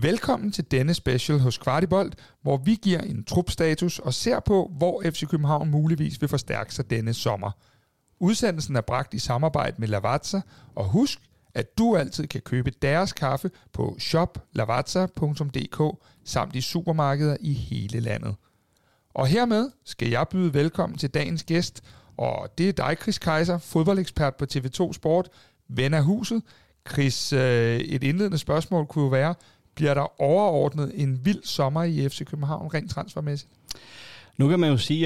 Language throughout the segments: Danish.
Velkommen til denne special hos Kvartibolt, hvor vi giver en trupstatus og ser på, hvor FC København muligvis vil forstærke sig denne sommer. Udsendelsen er bragt i samarbejde med Lavazza, og husk, at du altid kan købe deres kaffe på shoplavazza.dk samt i supermarkeder i hele landet. Og hermed skal jeg byde velkommen til dagens gæst, og det er dig, Chris Kejser, fodboldekspert på TV2 Sport, ven af huset. Chris, et indledende spørgsmål kunne jo være, bliver der overordnet en vild sommer i FC København rent transfermæssigt? Nu kan man jo sige,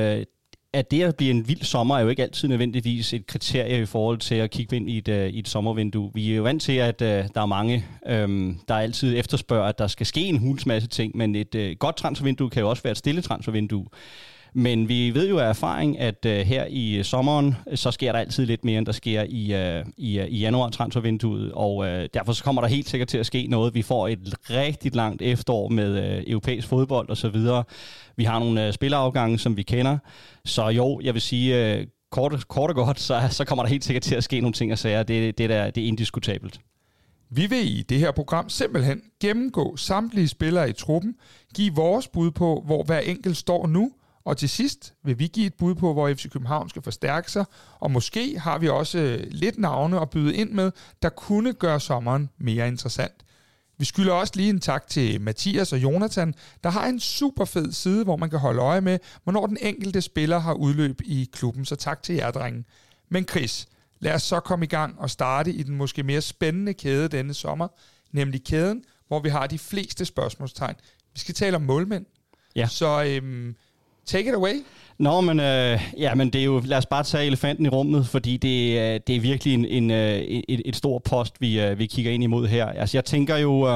at det at blive en vild sommer er jo ikke altid nødvendigvis et kriterie i forhold til at kigge ind i et sommervindue. Vi er jo vant til, at der er mange, der altid efterspørger, at der skal ske en hulens masse ting, men et godt transfervindue kan jo også være et stille transfervindue. Men vi ved jo af erfaring, at her i sommeren, så sker der altid lidt mere, end der sker i januar-transfervinduet, og derfor så kommer der helt sikkert til at ske noget. Vi får et rigtig langt efterår med europæisk fodbold og så videre. Vi har nogle spillerafgange, som vi kender, så jo, jeg vil sige, kort og godt, så kommer der helt sikkert til at ske nogle ting og sager. Det er indiskutabelt. Vi vil i det her program simpelthen gennemgå samtlige spillere i truppen, give vores bud på, hvor hver enkelt står nu, og til sidst vil vi give et bud på, hvor FC København skal forstærke sig, og måske har vi også lidt navne at byde ind med, der kunne gøre sommeren mere interessant. Vi skylder også lige en tak til Mathias og Jonathan, der har en super fed side, hvor man kan holde øje med, hvornår den enkelte spiller har udløb i klubben, så tak til jer, drenge. Men Chris, lad os så komme i gang og starte i den måske mere spændende kæde denne sommer, nemlig kæden, hvor vi har de fleste spørgsmålstegn. Vi skal tale om målmænd. Ja. Så take it away. Nå, men det er jo, lad os bare tage elefanten i rummet, fordi det er virkelig et stort post, vi kigger ind imod her. Altså, jeg tænker jo,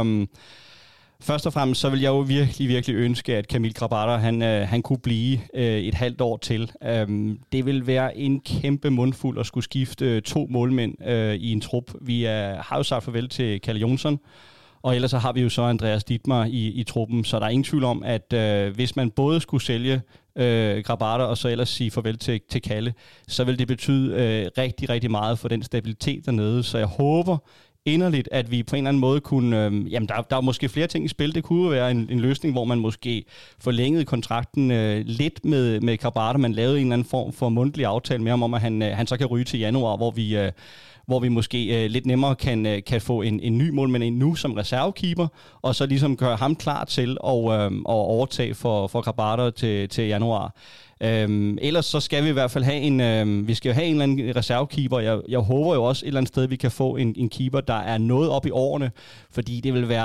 først og fremmest, så vil jeg jo virkelig ønske, at Kamil Grabara, han kunne blive et halvt år til. Det vil være en kæmpe mundfuld at skulle skifte 2 målmænd i en trup. Vi har jo sagt farvel til Kalle Jonsson, og ellers så har vi jo så Andreas Dittmar i truppen, så der er ingen tvivl om, at hvis man både skulle sælge Grabara og så ellers sige farvel til Kalle, så vil det betyde rigtig, rigtig meget for den stabilitet dernede. Så jeg håber inderligt, at vi på en eller anden måde kunne... der er måske flere ting i spil. Det kunne være en løsning, hvor man måske forlængede kontrakten lidt med Grabara. Man lavede en eller anden form for mundtlig aftale med ham om, at han så kan ryge til januar, hvor vi måske lidt nemmere kan få en ny målmand ind nu som reservekeeper, og så ligesom gøre ham klar til at overtage for Grabara til januar. Ellers så skal vi i hvert fald have en eller anden reservekeeper. Jeg håber jo også et eller andet sted, vi kan få en keeper, der er noget op i årene, fordi det vil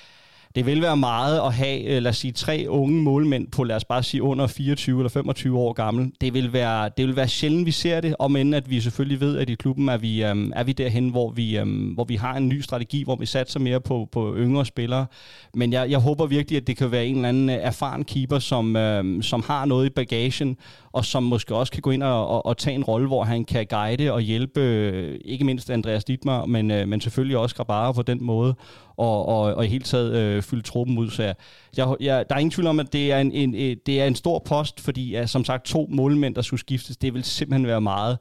være meget at have, lad os sige, 3 unge målmænd på, lad os bare sige, under 24 eller 25 år gammel. Det vil være sjældent, vi ser det, om end at vi selvfølgelig ved, at i klubben er vi derhen, hvor vi har en ny strategi, hvor vi satser mere på yngre spillere. Men jeg håber virkelig, at det kan være en eller anden erfaren keeper, som har noget i bagagen, og som måske også kan gå ind og tage en rolle, hvor han kan guide og hjælpe, ikke mindst Andreas Dittmar, men selvfølgelig også Grabara på den måde, og i hele taget fylde truppen ud. Så der er ingen tvivl om, at det er en stor post, fordi som sagt 2 målmænd, der skulle skiftes, det vil simpelthen være meget.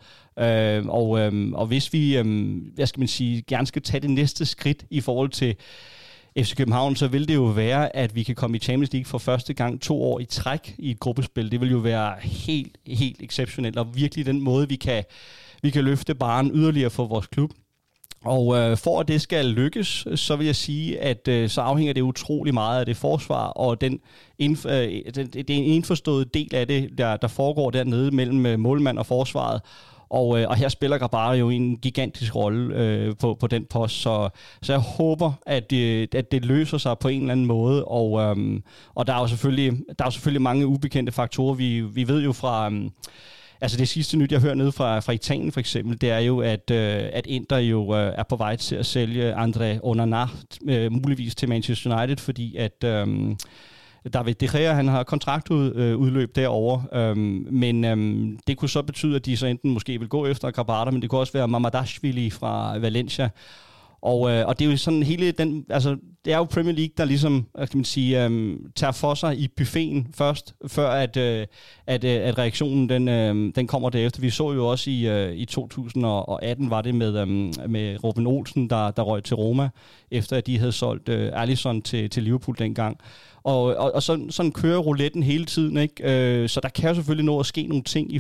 Og hvis vi, gerne skal tage det næste skridt i forhold til FC København, så vil det jo være, at vi kan komme i Champions League for første gang 2 år i træk i et gruppespil. Det vil jo være helt, helt exceptionelt, og virkelig den måde, vi kan løfte barren yderligere for vores klub. Og for at det skal lykkes, så vil jeg sige, at så afhænger det utrolig meget af det forsvar, og det er en indforstået del af det, der foregår dernede mellem målmand og forsvaret. Og her spiller Grabara jo en gigantisk rolle på den post, så jeg håber, at det løser sig på en eller anden måde. Og der er jo selvfølgelig mange ubekendte faktorer. Vi ved jo fra... Altså det sidste nyt, jeg hører nede fra Italien for eksempel, det er jo, at Inter jo er på vej til at sælge André Onana, muligvis til Manchester United, fordi at David De Gea, han har kontraktudløb derovre, men det kunne så betyde, at de så enten måske vil gå efter Grabara, men det kunne også være Mamadashvili fra Valencia. Og det er jo sådan hele den, altså det er jo Premier League, der ligesom, kan man sige, tager for sig i buffeten først, før at reaktionen den kommer derefter. Vi så jo også i 2018 var det med Robin Olsen, der røg til Roma, efter at de havde solgt Alisson til Liverpool dengang. Og sådan kører rouletten hele tiden, ikke? Så der kan jo selvfølgelig nå at ske nogle ting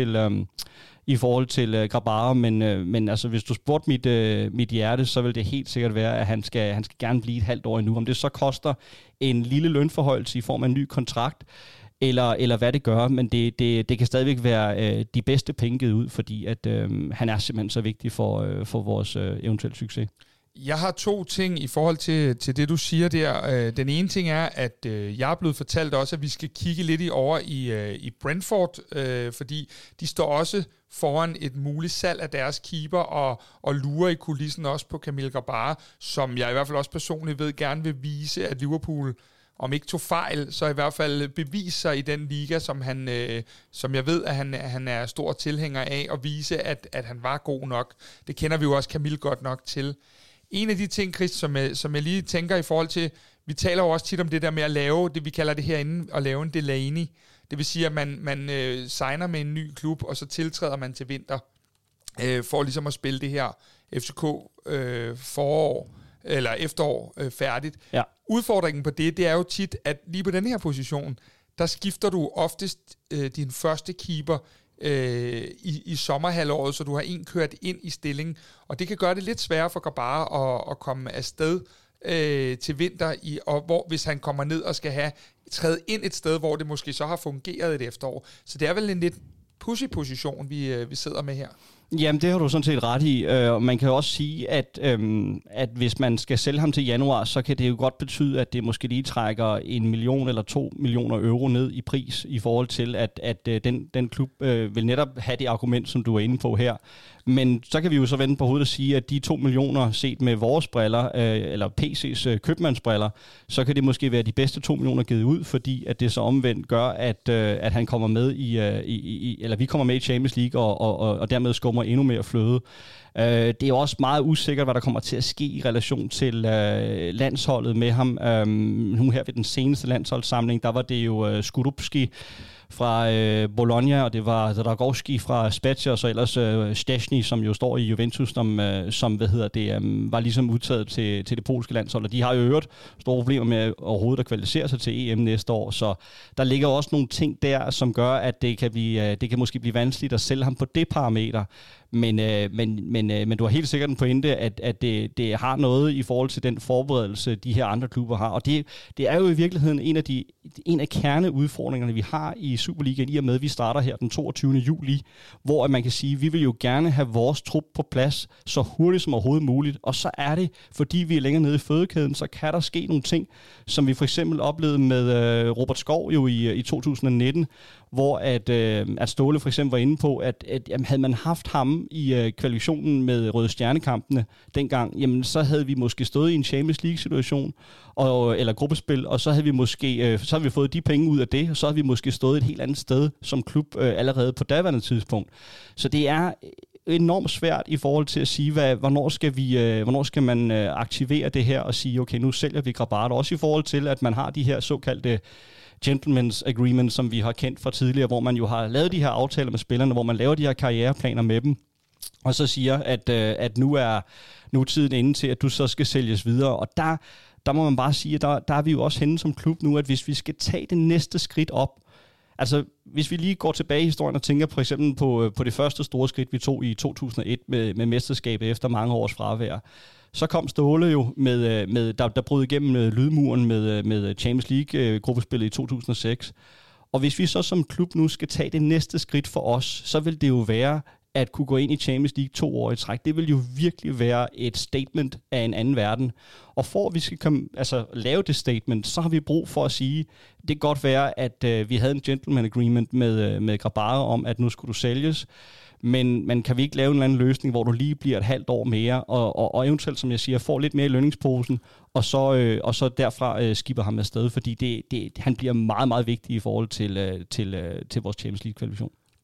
i forhold til Grabara, men altså, hvis du spurgte mit hjerte, så vil det helt sikkert være, at han skal gerne blive et halvt år endnu. Om det så koster en lille lønforhøjelse i form af en ny kontrakt, eller hvad det gør, men det kan stadigvæk være de bedste penge givet ud, fordi at han er simpelthen så vigtig for vores eventuelle succes. Jeg har 2 ting i forhold til det, du siger der. Den ene ting er, at jeg er blevet fortalt også, at vi skal kigge lidt over i Brentford, fordi de står også foran et muligt salg af deres keeper og lurer i kulissen også på Kamil Grabara, som jeg i hvert fald også personligt ved gerne vil vise, at Liverpool, om ikke tog fejl, så i hvert fald bevise sig i den liga, som jeg ved, at han er stor tilhænger af, og vise, at han var god nok. Det kender vi jo også Kamil godt nok til. En af de ting, Chris, som jeg lige tænker i forhold til, vi taler jo også tit om det der med at lave det, vi kalder det herinde, at lave en Delaney. Det vil sige, at man signer med en ny klub, og så tiltræder man til vinter, for ligesom at spille det her FCK forår, eller efterår færdigt. Ja. Udfordringen på det er jo tit, at lige på den her position, der skifter du oftest din første keeper i sommerhalvåret, så du har en kørt ind i stillingen, og det kan gøre det lidt sværere for Grabara at komme afsted til vinter, og hvor hvis han kommer ned og skal træde ind et sted, hvor det måske så har fungeret et efterår. Så det er vel en lidt pussy position, vi sidder med her. Jamen, det har du sådan set ret i. Og man kan jo også sige, at hvis man skal sælge ham til januar, så kan det jo godt betyde, at det måske lige trækker 1 million eller 2 millioner euro ned i pris, i forhold til, at den klub vil netop have det argument, som du er inde på her. Men så kan vi jo så vende på hovedet og sige, at de 2 millioner set med vores briller, eller PC's købmandsbriller, så kan det måske være de bedste 2 millioner givet ud, fordi at det så omvendt gør, at han kommer med eller vi kommer med i Champions League, og dermed skummer endnu mere fløde. Det er jo også meget usikkert, hvad der kommer til at ske i relation til landsholdet med ham. Nu her ved den seneste landsholdssamling, der var det jo Skorupski fra Bologna, og det var Dragowski fra Spezia, og så ellers Szczesny, som jo står i Juventus, som var ligesom udtaget til det polske landshold, og de har jo øvrigt store problemer med overhovedet at kvalificere sig til EM næste år, så der ligger også nogle ting der, som gør, at det kan måske blive vanskeligt at sælge ham på det parameter. Men du har helt sikkert en pointe, at det har noget i forhold til den forberedelse, de her andre klubber har. Og det er jo i virkeligheden en af kerneudfordringerne, vi har i Superligaen, i og med, at vi starter her den 22. juli, hvor man kan sige, at vi vil jo gerne have vores trup på plads så hurtigt som overhovedet muligt. Og så er det, fordi vi er længere nede i fødekæden, så kan der ske nogle ting, som vi for eksempel oplevede med Robert Skov jo i 2019, hvor at Ståle for eksempel var inde på, at havde man haft ham i kvalifikationen med Røde Stjernekampene dengang, jamen så havde vi måske stået i en Champions League-situation, eller gruppespil, og så havde vi måske så havde vi fået de penge ud af det, og så havde vi måske stået et helt andet sted som klub allerede på daværende tidspunkt. Så det er enormt svært i forhold til at sige, hvornår skal man aktivere det her og sige, okay, nu sælger vi Grabara, også i forhold til, at man har de her såkaldte gentleman's agreement, som vi har kendt fra tidligere, hvor man jo har lavet de her aftaler med spillerne, hvor man laver de her karriereplaner med dem, og så siger, at nu er tiden inde til, at du så skal sælges videre. Og der må man bare sige, at der er vi jo også henne som klub nu, at hvis vi skal tage det næste skridt op, altså hvis vi lige går tilbage i historien og tænker for eksempel på det første store skridt, vi tog i 2001 med mesterskabet efter mange års fravær, så kom Ståle jo der brød igennem lydmuren med Champions League-gruppespillet i 2006. Og hvis vi så som klub nu skal tage det næste skridt for os, så vil det jo være at kunne gå ind i Champions League 2 år i træk. Det vil jo virkelig være et statement af en anden verden. Og for at vi skal lave det statement, så har vi brug for at sige, det kan godt være, at vi havde en gentleman agreement med Grabara om, at nu skulle du sælges. Men kan vi ikke lave en eller anden løsning, hvor du lige bliver et halvt år mere, og eventuelt, som jeg siger, får lidt mere i lønningsposen, og så derfra skipper ham afsted, fordi han bliver meget, meget vigtig i forhold til vores Champions League-kvalifikation.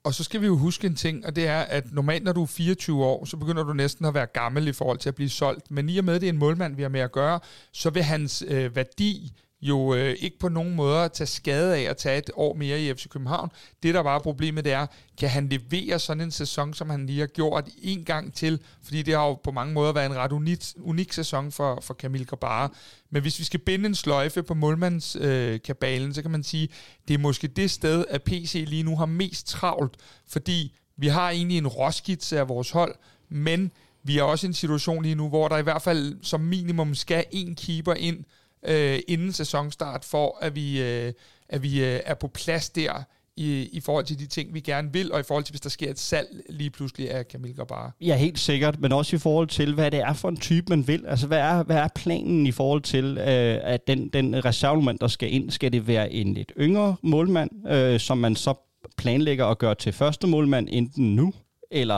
Og så skal vi jo huske en ting, og det er, at normalt når du er 24 år, så begynder du næsten at være gammel i forhold til at blive solgt. Men i og med, at det er en målmand, vi har med at gøre, så vil hans værdi jo ikke på nogen måde tage skade af at tage et år mere i FC København. Det, der bare er problemet, det er, kan han levere sådan en sæson, som han lige har gjort en gang til? Fordi det har jo på mange måder været en ret unik sæson for Kamil Grabara. Men hvis vi skal binde en sløjfe på målmandskabalen, så kan man sige, det er måske det sted, at PC lige nu har mest travlt, fordi vi har egentlig en råskitse af vores hold, men vi er også i en situation lige nu, hvor der i hvert fald som minimum skal en keeper ind inden sæsonstart, for at vi er på plads der i forhold til de ting, vi gerne vil, og i forhold til, hvis der sker et salg lige pludselig af Kamil Grabara. Ja, helt sikkert, men også i forhold til, hvad det er for en type, man vil. Altså, hvad er planen i forhold til, at den reservemand, der skal ind, skal det være en lidt yngre målmand, som man så planlægger at gøre til første målmand enten nu, eller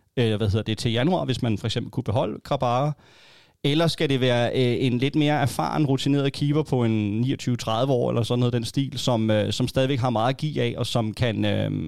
til januar, hvis man for eksempel kunne beholde Grabara. Eller skal det være en lidt mere erfaren, rutineret keeper på en 29-30 år, eller sådan noget den stil, som stadigvæk har meget at give af, og som kan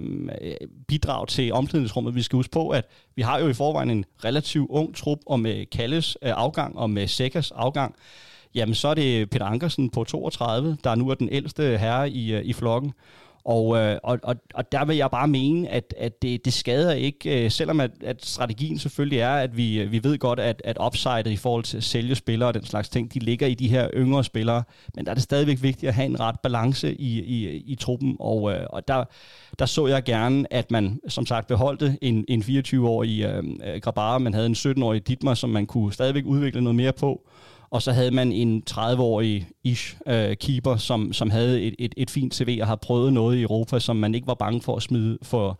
bidrage til omklædningsrummet. Vi skal huske på, at vi har jo i forvejen en relativt ung trup, og med Kalles afgang, og med Sækkers afgang, jamen så er det Peter Ankersen på 32, der nu er den ældste herre i flokken. Og der vil jeg bare mene, at det skader ikke, selvom at strategien selvfølgelig er, at vi ved godt, at upside i forhold til at sælge spillere og den slags ting, de ligger i de her yngre spillere, men der er det stadigvæk vigtigt at have en ret balance i truppen, og der så jeg gerne, at man som sagt beholdte en 24-årig Grabara, man havde en 17-årig Dietmar, som man kunne stadigvæk udvikle noget mere på. Og så havde man en 30-årig keeper, som havde et fint CV og har prøvet noget i Europa, som man ikke var bange for at smide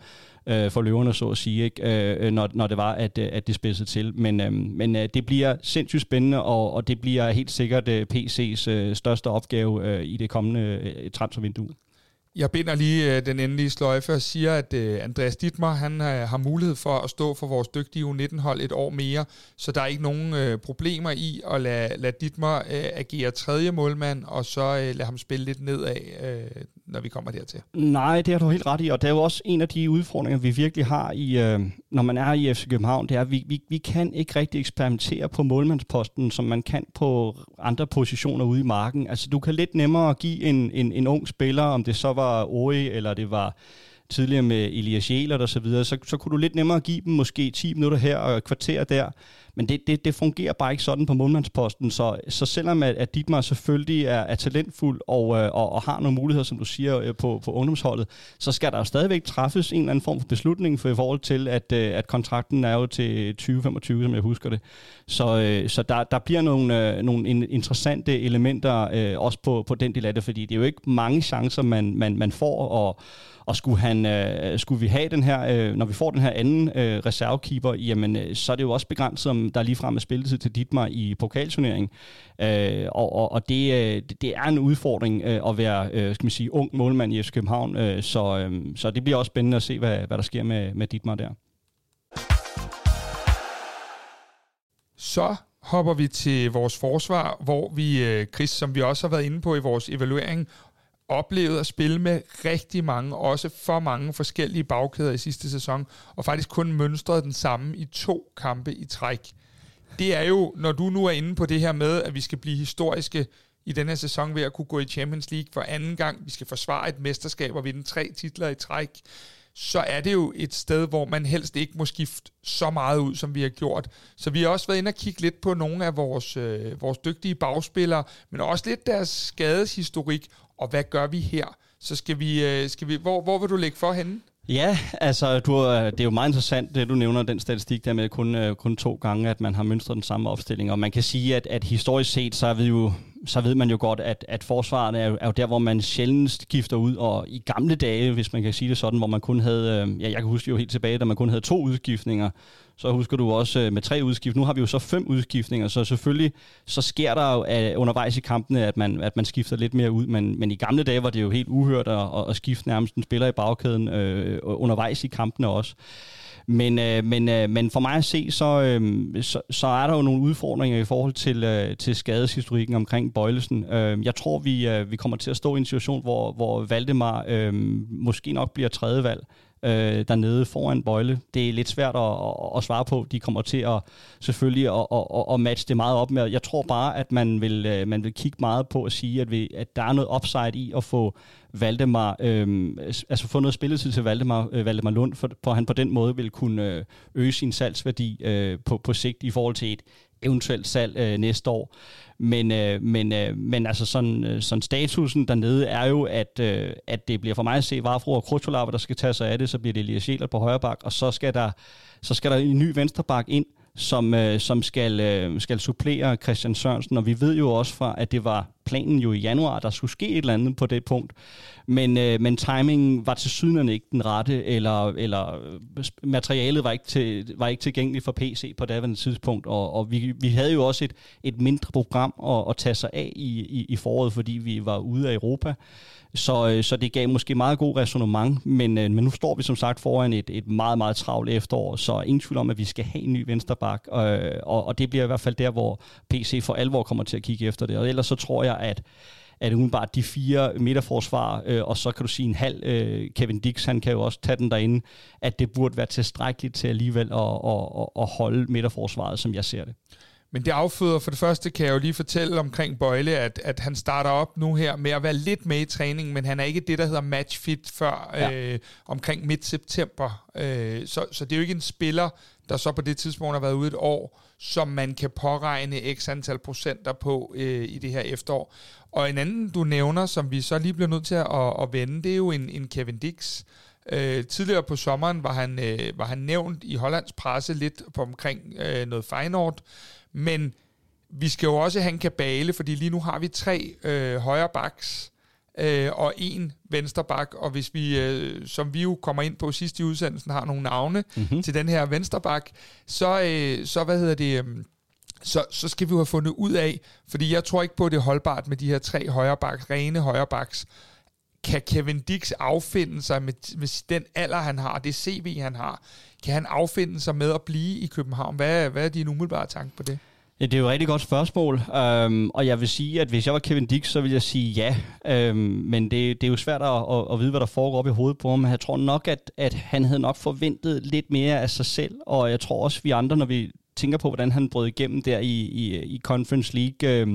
for løverne, så at sige, ikke? Når det var, at det spidsede til. Men det bliver sindssygt spændende, og det bliver helt sikkert PC's største opgave i det kommende transfervindue. Jeg binder lige den endelige sløjfe og siger, at Andreas Dietmar, han har mulighed for at stå for vores dygtige U19-hold et år mere, så der er ikke nogen problemer i at lade Dietmar agere tredje målmand, og så lade ham spille lidt nedad, når vi kommer dertil. Nej, det har du helt ret i, og det er jo også en af de udfordringer, vi virkelig har, når man er i FC København, det er, at vi kan ikke rigtig eksperimentere på målmandsposten, som man kan på andre positioner ude i marken. Altså, du kan lidt nemmere give en ung spiller, om det så var Ori, eller det var tidligere med Elias Jælert og så videre, så kunne du lidt nemmere give dem måske 10 minutter her og et kvarter der, men det fungerer bare ikke sådan på målmandsposten, så selvom at Dietmar selvfølgelig er talentfuld og har nogle muligheder, som du siger, på ungdomsholdet, så skal der jo stadigvæk træffes en eller anden form for beslutning for i forhold til, at kontrakten er jo til 2025, som jeg husker det. Så der bliver nogle interessante elementer også på den del af det, fordi det er jo ikke mange chancer, man får, og skulle vi have den her, når vi får den her anden reservekeeper, jamen så er det jo også begrænset, om der ligefrem er spilletid til Dietmar i pokalturnering. Og det er en udfordring at være, skal man sige, ung målmand i FC København. Så det bliver også spændende at se, hvad der sker med Dietmar der. Så hopper vi til vores forsvar, hvor vi, Chris, som vi også har været inde på i vores evaluering, oplevede at spille med rigtig mange, også for mange forskellige bagkæder i sidste sæson, og faktisk kun mønstrede den samme i 2 kampe i træk. Det er jo, når du nu er inde på det her med, at vi skal blive historiske i den her sæson ved at kunne gå i Champions League for anden gang, vi skal forsvare et mesterskab og vinde 3 titler i træk, så er det jo et sted, hvor man helst ikke må skifte så meget ud, som vi har gjort. Så vi har også været inde og kigge lidt på nogle af vores dygtige bagspillere, men også lidt deres skadeshistorik, og hvad gør vi her? Så skal vi hvor vil du lægge for henne? Ja, altså det er jo meget interessant, det du nævner, den statistik der med kun 2 gange, at man har mønstret den samme opstilling, og man kan sige, at historisk set, så ved man jo godt, at forsvaret er jo der, hvor man sjældent skifter ud, og i gamle dage, hvis man kan sige det sådan, hvor man kun havde, jeg kan huske jo helt tilbage, da man kun havde 2 udskiftninger, så husker du også med 3 udskift. Nu har vi jo så 5 udskiftninger, så selvfølgelig så sker der jo undervejs i kampene, at man skifter lidt mere ud, men i gamle dage var det jo helt uhørt at skifte nærmest en spiller i bagkæden undervejs i kampene også. Men for mig at se, så er der jo nogle udfordringer i forhold til skadeshistorikken omkring Bøjlesen. Jeg tror, vi kommer til at stå i en situation, hvor Valdemar måske nok bliver tredje valg. dernede foran Bøjle. Det er lidt svært at svare på. De kommer til at selvfølgelig at matche det meget op med. Jeg tror bare, at man vil kigge meget på at sige, at der er noget upside i at få Valdemar, altså få noget spilletid til Valdemar Lund, for han på den måde vil kunne øge sin salgsværdi på sigt i forhold til et eventuelt salg næste år. Men altså sådan statusen dernede er jo, at det bliver for mig at se Vafro og Krutulava, der skal tage sig af det, så bliver det Elias Sjælert på højre bak, og så skal der en ny venstre bak ind, som skal supplere Christian Sørensen, og vi ved jo også fra, at det var planen jo i januar, der skulle ske et eller andet på det punkt, men timingen var tilsyneladende ikke den rette, eller materialet var ikke tilgængeligt for PC på daværende tidspunkt, og vi havde jo også et mindre program at tage sig af i foråret, fordi vi var ude af Europa. Så det gav måske meget god ræsonnement, men nu står vi som sagt foran et meget, meget travlt efterår, så ingen tvivl om, at vi skal have en ny venstreback, og det bliver i hvert fald der, hvor PC for alvor kommer til at kigge efter det. Og ellers så tror jeg, at umiddelbart de 4 midterforsvar, og så kan du sige en halv Kevin Dix, han kan jo også tage den derinde, at det burde være tilstrækkeligt til alligevel at holde midterforsvaret, som jeg ser det. Men det afføder for det første, kan jeg jo lige fortælle omkring Bøjle, at han starter op nu her med at være lidt med i træningen, men han er ikke det, der hedder matchfit før omkring midt-september. Så det er jo ikke en spiller, der så på det tidspunkt har været ude et år, som man kan påregne x antal procenter på i det her efterår. Og en anden, du nævner, som vi så lige bliver nødt til at vende, det er jo en Kevin Dix. Tidligere på sommeren var han nævnt i Hollands presse lidt på omkring noget Feyenoord, men vi skal jo også have en kabale, fordi lige nu har vi 3 højre backs og 1 venstre back, og hvis vi, som vi jo kommer ind på sidst i udsendelsen, har nogle navne til den her venstre back, så skal vi jo have fundet ud af, fordi jeg tror ikke på, at det er holdbart med de her 3 højre backs, rene højre backs. Kan Kevin Dix affinde sig med den alder, han har, det CV, han har? Kan han affinde sig med at blive i København? Hvad er din umiddelbare tanke på det? Ja, det er jo et rigtig godt spørgsmål, og jeg vil sige, at hvis jeg var Kevin Dix, så ville jeg sige ja, men det er jo svært at vide, hvad der foregår op i hovedet på ham. Jeg tror nok, at han havde nok forventet lidt mere af sig selv, og jeg tror også, vi andre, når vi tænker på, hvordan han brød igennem der i Conference League,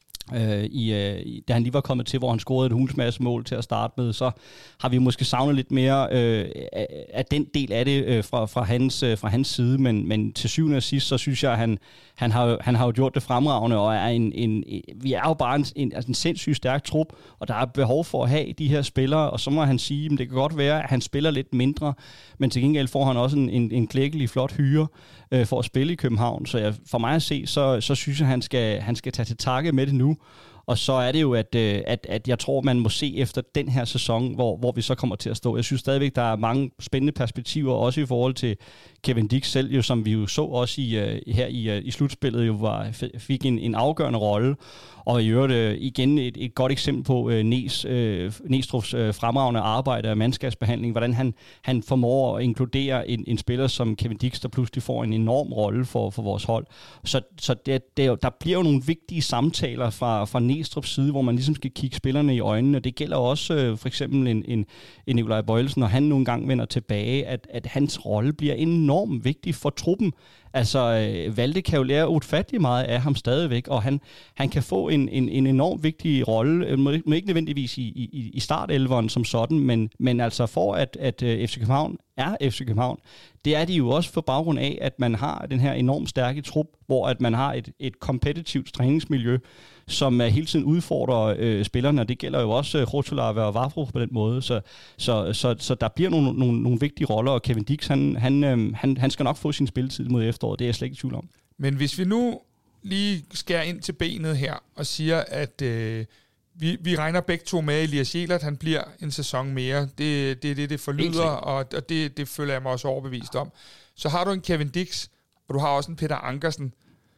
da han lige var kommet til, hvor han scorede et hulsmasse mål til at starte med, så har vi måske savnet lidt mere af den del af det fra hans side, men til syvende og sidst, så synes jeg, at han har jo gjort det fremragende, og vi er jo bare en sindssygt stærk trup, og der er behov for at have de her spillere, og så må han sige, at det kan godt være, at han spiller lidt mindre, men til gengæld får han også en klækkelig flot hyre for at spille i København, så for mig at se, så synes jeg, at han skal tage til takke med det nu. Og så er det jo, at jeg tror, man må se efter den her sæson, hvor vi så kommer til at stå. Jeg synes stadigvæk, der er mange spændende perspektiver, også i forhold til Kevin Dix selv, jo, som vi jo så også her i slutspillet, jo fik en afgørende rolle. Og i øvrigt igen et godt eksempel på Næstrup's fremragende arbejde og mandskabsbehandling, hvordan han formår at inkludere en spiller som Kevin Dix, der pludselig får en enorm rolle for vores hold. Så der bliver jo nogle vigtige samtaler fra Næstrup's side, hvor man ligesom skal kigge spillerne i øjnene, og det gælder også for eksempel en Nikolaj Bøjlesen, når han nogle gange vender tilbage, at hans rolle bliver enormt vigtig for truppen. Altså, Valde kan jo lære utfattelig meget af ham stadigvæk, og han kan få en enormt vigtig rolle, må ikke nødvendigvis i startelveren som sådan, men altså for at FC København er FC København, det er de jo også for baggrund af, at man har den her enormt stærke trup, hvor at man har et kompetitivt træningsmiljø, som hele tiden udfordrer spillerne, og det gælder jo også Krutulava og Vafro på den måde, så der bliver nogle vigtige roller, og Kevin Dix, han skal nok få sin spilletid mod efteråret, det er jeg slet ikke i tvivl om. Men hvis vi nu lige skærer ind til benet her, og siger, at vi regner begge to med, Elias Sjælert, han bliver en sæson mere, det forlyder, og det føler jeg mig også overbevist om. Så har du en Kevin Dix, og du har også en Peter Ankersen.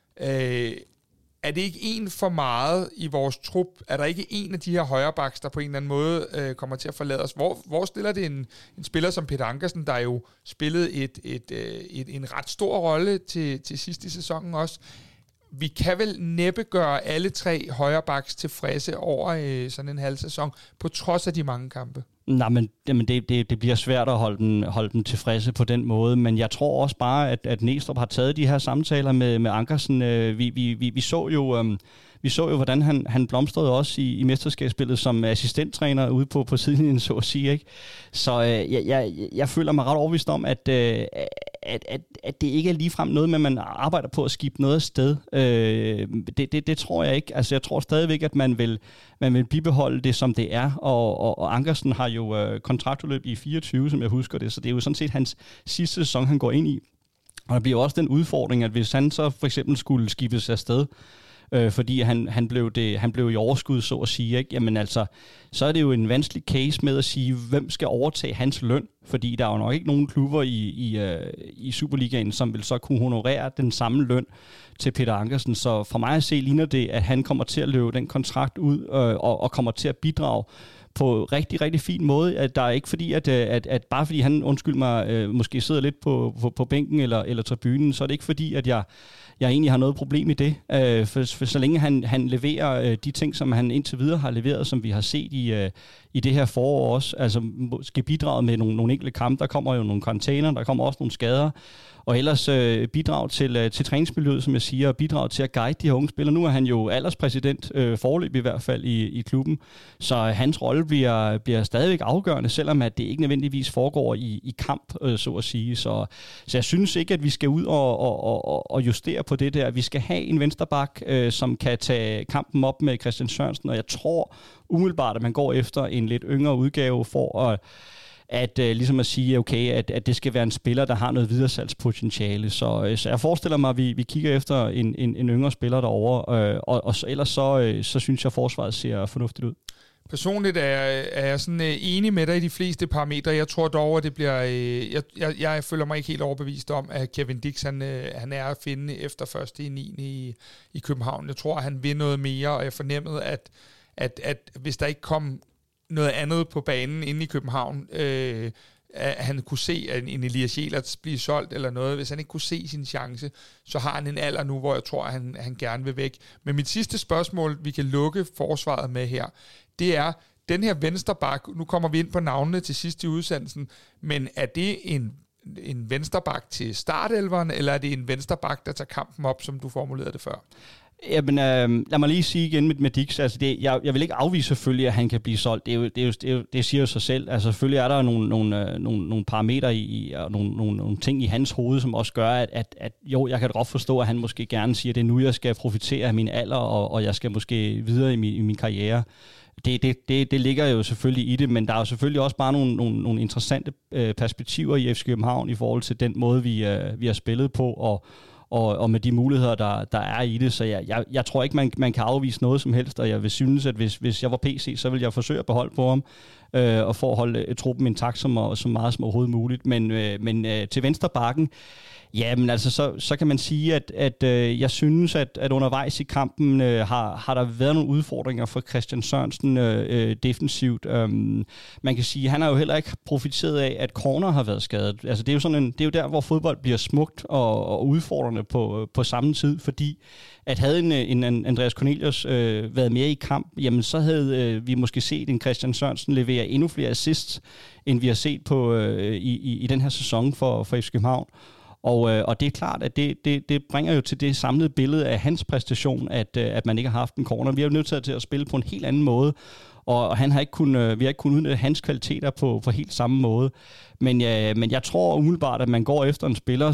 Er det ikke en for meget i vores trup? Er der ikke en af de her højrebacks, der på en eller anden måde kommer til at forlade os? Hvor stiller det en spiller som Peter Ankersen, der jo spillede en ret stor rolle til sidst i sæsonen også? Vi kan vel næppe gøre alle 3 højrebacks tilfredse over sådan en halv sæson, på trods af de mange kampe? Nej, men det bliver svært at holde dem tilfredse på den måde, men jeg tror også bare, at Næstrup har taget de her samtaler med Ankersen. Vi så jo, hvordan han blomstrede også i mesterskabsspillet som assistenttræner ude på sidelinjen, så at sige, ikke? Så jeg føler mig ret overbevist om, at det ikke er ligefrem noget med, at man arbejder på at skifte noget af sted. Det tror jeg ikke. Altså, jeg tror stadigvæk, at man vil bibeholde det, som det er. Og Ankersen har jo kontraktudløb i 24, som jeg husker det, så det er jo sådan set hans sidste sæson, han går ind i. Og der bliver også den udfordring, at hvis han så for eksempel skulle skiftes afsted, fordi han blev i overskud, så at sige, ikke? Jamen altså, så er det jo en vanskelig case med at sige, hvem skal overtage hans løn, fordi der er jo nok ikke nogen klubber i Superligaen, som vil så kunne honorere den samme løn til Peter Ankersen. Så for mig at se, ligner det, at han kommer til at løbe den kontrakt ud og kommer til at bidrage på rigtig, rigtig fin måde. At der er ikke fordi, at bare fordi han, undskyld mig, måske sidder lidt på bænken eller tribunen, så er det ikke fordi, at jeg egentlig har noget problem i det. For så længe han leverer de ting, som han indtil videre har leveret, som vi har set i det her forår også, altså skal bidrage med nogle enkelte kampe. Der kommer jo nogle karantæner, der kommer også nogle skader, og ellers bidrag til træningsmiljøet, som jeg siger, og bidrag til at guide de her unge spillere. Nu er han jo alderspræsident, foreløb i hvert fald i klubben, så hans rolle bliver stadigvæk afgørende, selvom at det ikke nødvendigvis foregår i kamp, så at sige. Så jeg synes ikke, at vi skal ud og justere på det der. Vi skal have en venstreback, som kan tage kampen op med Christian Sørensen, og jeg tror umiddelbart, at man går efter en lidt yngre udgave for at ligesom at sige, okay, at det skal være en spiller, der har noget videresalgspotentiale. Så jeg forestiller mig, at vi kigger efter en yngre spiller derovre, og ellers så synes jeg, at forsvaret ser fornuftigt ud. Personligt er jeg sådan enig med dig i de fleste parametre. Jeg tror dog, at det bliver... Jeg føler mig ikke helt overbevist om, at Kevin Dix han er at finde efter 1.9. i København. Jeg tror, at han vil noget mere, og jeg fornemmede, at hvis der ikke kom noget andet på banen inde i København, at han kunne se, at en Elias Jelerts blive solgt eller noget. Hvis han ikke kunne se sin chance, så har han en alder nu, hvor jeg tror, at han gerne vil væk. Men mit sidste spørgsmål, vi kan lukke forsvaret med her, det er, den her venstreback, nu kommer vi ind på navnene til sidst i udsendelsen, men er det en venstreback til startelveren, eller er det en venstreback, der tager kampen op, som du formulerede det før? Jamen, lad mig lige sige igen med Dix, altså jeg vil ikke afvise selvfølgelig, at han kan blive solgt. Det siger jo sig selv. Altså selvfølgelig er der nogle parametre og nogle ting i hans hoved, som også gør, at jo, jeg kan godt forstå, at han måske gerne siger, at det er nu, jeg skal profitere af min alder, og jeg skal måske videre i min karriere. Det ligger jo selvfølgelig i det, men der er jo selvfølgelig også bare nogle interessante perspektiver i FC København i forhold til den måde, vi har spillet på, og med de muligheder, der er i det. Så jeg tror ikke, man kan afvise noget som helst, og jeg vil synes, at hvis jeg var PC, så ville jeg forsøge at beholde på ham, og for at holde truppen intakt så meget som overhovedet muligt. Men til venstrebacken, ja, men altså, så kan man sige, at jeg synes, at undervejs i kampen har der været nogle udfordringer for Christian Sørensen defensivt. Man kan sige, at han har jo heller ikke profiteret af, at corner har været skadet. Altså, det er jo der, hvor fodbold bliver smukt og udfordrende på samme tid, fordi at havde en Andreas Cornelius været mere i kamp, jamen så havde vi måske set en Christian Sørensen levere endnu flere assists, end vi har set på i den her sæson for FC København. Og det er klart, at det bringer jo til det samlede billede af hans præstation, at man ikke har haft en corner. Vi er jo nødt til at spille på en helt anden måde, og vi har ikke kunnet udnytte hans kvaliteter på helt samme måde. Men jeg tror umiddelbart, at man går efter en spiller,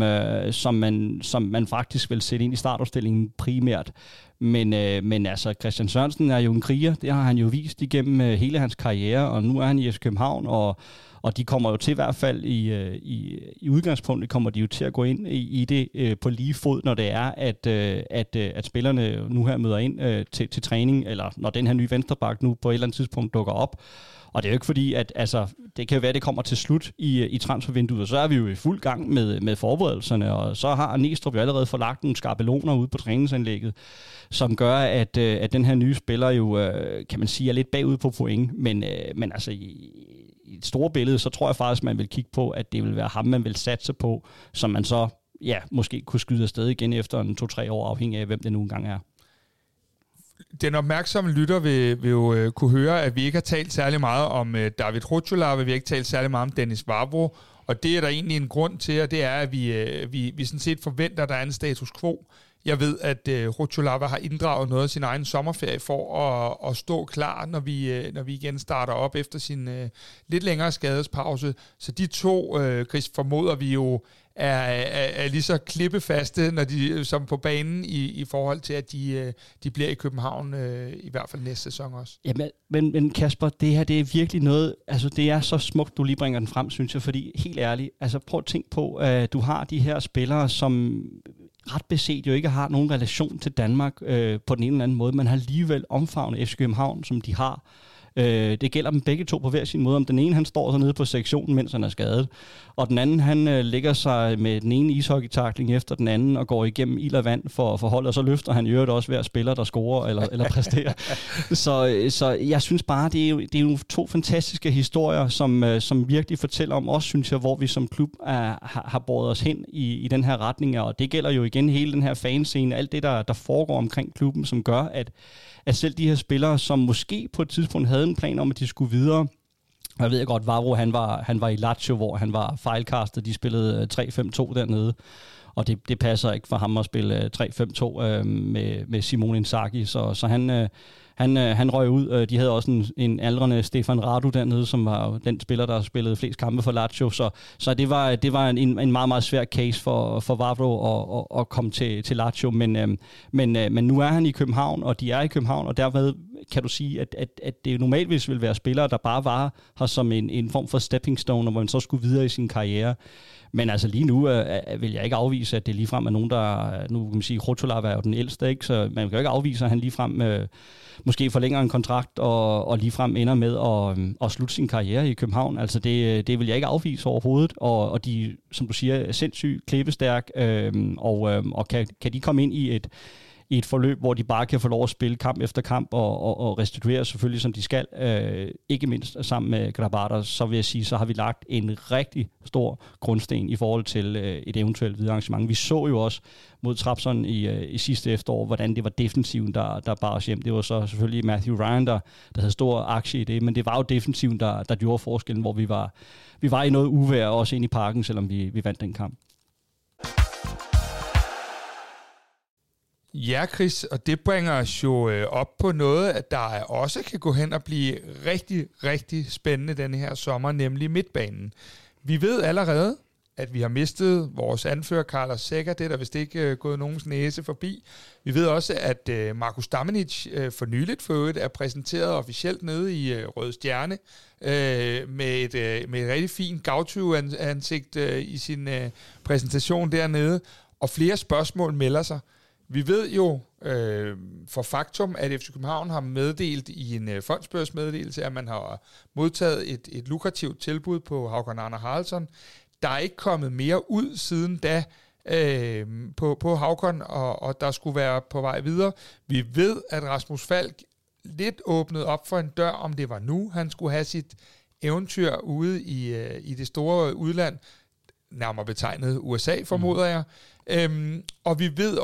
som man faktisk vil sætte ind i startopstillingen primært. Men altså, Christian Sørensen er jo en kriger. Det har han jo vist igennem hele hans karriere, og nu er han i FC København, og de kommer jo til i hvert fald i udgangspunktet kommer de jo til at gå ind i det på lige fod, når det er, at spillerne nu her møder ind til træning, eller når den her nye venstreback nu på et eller andet tidspunkt dukker op. Og det er jo ikke fordi, at altså, det kan jo være, at det kommer til slut i transfervinduet, og så er vi jo i fuld gang med forberedelserne, og så har Næstrup jo allerede forlagt nogle skabeloner ude på træningsanlægget, som gør, at den her nye spiller jo, kan man sige, er lidt bagud på point, men altså i et store billede, så tror jeg faktisk, man vil kigge på, at det vil være ham, man vil satse på, som man så måske kunne skyde afsted igen efter 2-3 år, afhængig af, hvem det nu engang er. Den opmærksomme lytter vil jo kunne høre, at vi ikke har talt særlig meget om David Rucholava, vi har ikke talt særlig meget om Denis Vavro, og det er der egentlig en grund til, og det er, at vi sådan set forventer, at der er en status quo. Jeg ved, at Rucholava har inddraget noget af sin egen sommerferie for at stå klar, når vi igen starter op efter sin lidt længere skadespause. Så de to, Chris, formoder vi jo, er lige så klippefaste, når de som på banen i forhold til, at de bliver i København i hvert fald næste sæson også. Ja, men Kasper, det her, det er virkelig noget, altså det er så smukt, du lige bringer den frem, synes jeg, fordi helt ærligt, altså prøv at tænke på, at du har de her spillere, som ret beset jo ikke har nogen relation til Danmark på den ene eller anden måde, men har alligevel omfavnet FC København, som de har. Det gælder dem begge to på hver sin måde. Om den ene, han står så nede på sektionen, mens han er skadet, og den anden, han ligger sig med den ene ishockeytakling efter den anden og går igennem ild og vand for holdet, og så løfter han i øvrigt også hver spiller, der scorer eller præsterer. Så jeg synes bare, det er jo to fantastiske historier, som virkelig fortæller om os, synes jeg, hvor vi som klub har båret os hen i den her retning, og det gælder jo igen hele den her fanscene, alt det, der foregår omkring klubben, som gør, at selv de her spillere, som måske på et tidspunkt havde en plan om, at de skulle videre. Jeg ved godt, Vavro, han var i Lazio, hvor han var fejlkastet. De spillede 3-5-2 dernede, og det passer ikke for ham at spille 3-5-2 med Simone Inzaghi. Så han røg ud. De havde også en aldrende Stefan Radu dernede, som var den spiller, der spillede flest kampe for Lazio. Så det var en meget, meget svær case for Vavro at komme til Lazio. Men nu er han i København, og de er i København, og derved kan du sige, at det normalvis vil være spillere, der bare var her som en form for stepping stone, hvor man så skulle videre i sin karriere. Men altså lige nu vil jeg ikke afvise, at det ligefrem er nogen, der... Nu kan man sige, Rucholava er jo den ældste, ikke? Så man kan jo ikke afvise, at han ligefrem måske forlænger en kontrakt og ligefrem ender med at slutte sin karriere i København. Altså det vil jeg ikke afvise overhovedet. Og de, som du siger, er sindssygt klippestærk, og kan de komme ind i et forløb, hvor de bare kan få lov at spille kamp efter kamp og restituere selvfølgelig, som de skal, ikke mindst sammen med Grabara, så vil jeg sige, så har vi lagt en rigtig stor grundsten i forhold til et eventuelt videre arrangement. Vi så jo også mod Trabzon i sidste efterår, hvordan det var defensiven, der bar os hjem. Det var så selvfølgelig Matthew Ryan, der havde stor aktie i det, men det var jo defensiven, der gjorde forskellen, hvor vi var i noget uvejr også ind i parken, selvom vi vandt den kamp. Ja, Chris, og det bringer os jo op på noget, at der også kan gå hen og blive rigtig, rigtig spændende denne her sommer, nemlig midtbanen. Vi ved allerede, at vi har mistet vores anfører Carlos Seca, det er der vist ikke gået nogens næse forbi. Vi ved også, at Markus Damenic for nyligt for øvrigt er præsenteret officielt nede i Røde Stjerne med et rigtig fint gavtyve-ansigt i sin præsentation dernede, og flere spørgsmål melder sig. Vi ved jo for faktum, at FC København har meddelt i en fondsbørsmeddelelse, at man har modtaget et lukrativt tilbud på Haugan Arne Haraldsson. Der er ikke kommet mere ud siden da på Haugan, og der skulle være på vej videre. Vi ved, at Rasmus Falk lidt åbnede op for en dør, om det var nu, han skulle have sit eventyr ude i det store udland, nærmere betegnet USA, formoder jeg. Og vi ved